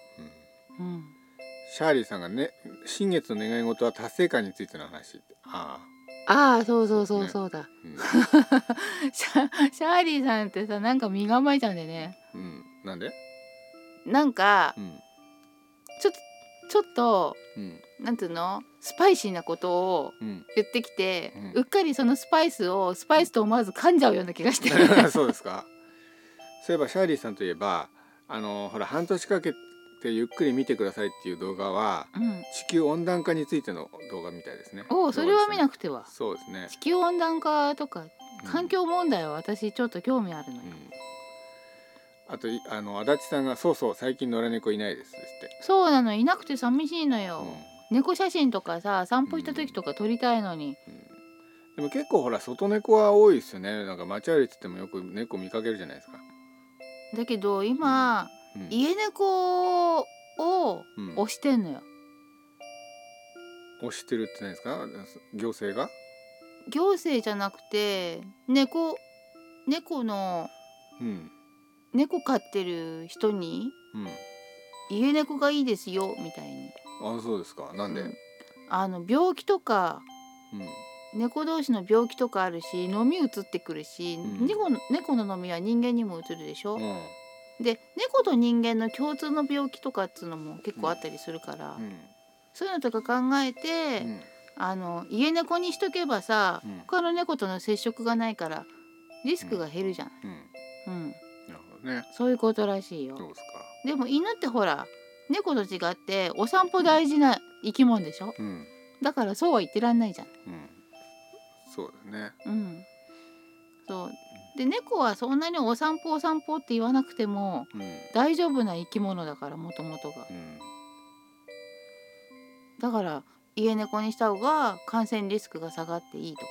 シャーリーさんがね、新月の願い事は達成感についての話。 そうだ。シャーリーさんってさなんか身構えちゃうんだよね。 なんで？ なんか、ちょっと、なんていうのスパイシーなことを言ってきて、うっかりそのスパイスと思わず噛んじゃうような気がしてそうですか。そういえばシャーリーさんといえばほら半年かけてゆっくり見てくださいっていう動画は、地球温暖化についての動画みたいですね。 それは見なくては。 そうですね。 地球温暖化とか環境問題は私ちょっと興味あるのよ。 あと足立さんがそう最近野良猫いないですって。 そうなの、いなくて寂しいのよ。猫写真とかさ散歩行った時とか撮りたいのに。 でも結構ほら外猫は多いですよね。なんか街歩いててもよく猫見かけるじゃないですか。 だけど今、家猫を推してんのよ。 推してるって何ですか？行政が？ 行政じゃなくて猫飼ってる人に、家猫がいいですよみたいに。 そうですか。なんで？ 病気とか、猫同士の病気とかあるし飲み移ってくるし、猫の飲みは人間にも移るでしょ。で猫と人間の共通の病気とかっつうのも結構あったりするから、そういうのとか考えて、家猫にしとけばさ、他の猫との接触がないからリスクが減るじゃない。 なるほどね。 そういうことらしいよ。 そうですか。 でも犬ってほら猫と違ってお散歩大事な生き物でしょ。だからそうは言ってらんないじゃん。 そうだね。 そうで猫はそんなにお散歩って言わなくても、大丈夫な生き物だからもともとが、だから家猫にした方が感染リスクが下がっていいとか、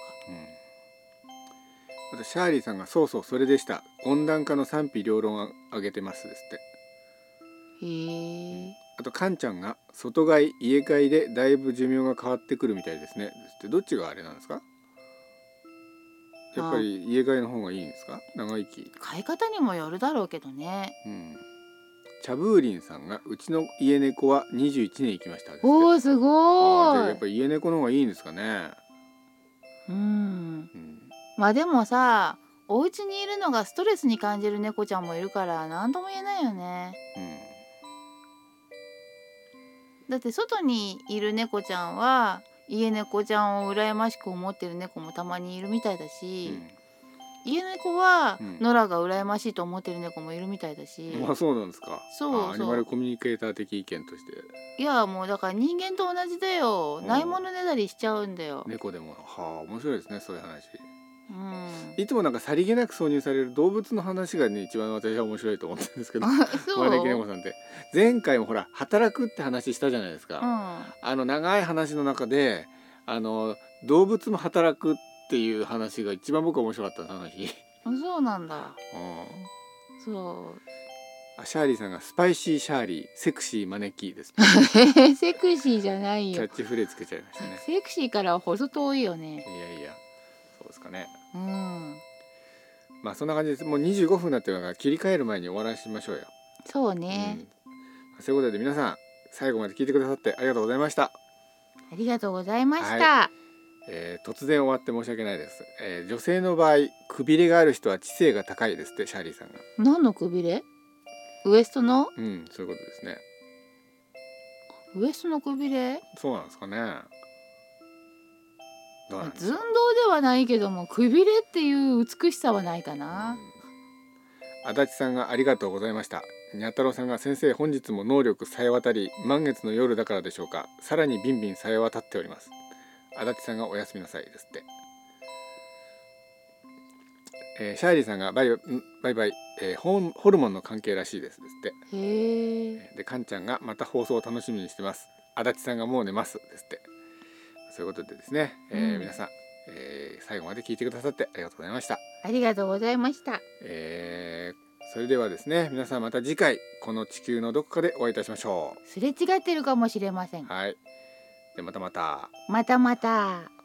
あとシャーリーさんがそうそれでした、温暖化の賛否両論を挙げてますですって。 へえ。 あとカンちゃんが外飼い家飼いでだいぶ寿命が変わってくるみたいですねですって。どっちがあれなんですか？やっぱり家飼いの方がいいんですか？長生き。 飼い方にもよるだろうけどね。 チャブーリンさんがうちの家猫は21年生きましたですって。 おーすごい。やっぱり家猫の方がいいんですかね。 まあでもさ、お家にいるのがストレスに感じる猫ちゃんもいるから何とも言えないよね。だって外にいる猫ちゃんは家猫ちゃんを羨ましく思ってる猫もたまにいるみたいだし、家猫は野良が羨ましいと思ってる猫もいるみたいだし。 まあそうなんですか。 そうアニマルコミュニケーター的意見として。 いやもうだから人間と同じだよ。ないものねだりしちゃうんだよ。 猫でも。面白いですねそういう話。いつもなんかさりげなく挿入される動物の話がね一番私は面白いと思ってるんですけど、招き猫さんって前回もほら働くって話したじゃないですか。長い話の中で動物も働くっていう話が一番僕は面白かった話。 そうなんだ。そう。 シャーリーさんがスパイシーシャーリーセクシー招きです。 セクシーじゃないよ。 キャッチフレーズつけちゃいましたね。 セクシーからは程遠いよね。 いやそうですかね。まあそんな感じです。もう25分になってるから切り替える前に終わらしましょうよ。 そうね。 そういうことで皆さん最後まで聞いてくださってありがとうございました。ありがとうございました。 突然終わって申し訳ないです。女性の場合くびれがある人は知性が高いですってシャーリーさんが。 何のくびれ？ウエストの？ そういうことですね。 ウエストのくびれ？ そうなんですかね。 寸胴ではないけどもくびれっていう美しさはないかな。 足立さんがありがとうございました。にゃ太郎さんが先生本日も能力さえ渡り満月の夜だからでしょうか、さらにビンビンさえ渡っております。足立さんがおやすみなさいですって。シャーリーさんがバイバイ、ホルモンの関係らしいですって。でカンちゃんがまた放送を楽しみにしてます。足立さんがもう寝ますですって。そういうことでですね、皆さん、最後まで聞いてくださってありがとうございました。 ありがとうございました。 それではですね皆さんまた次回この地球のどこかでお会いいたしましょう。 すれ違ってるかもしれません。 はい。でまたまた。 またまた。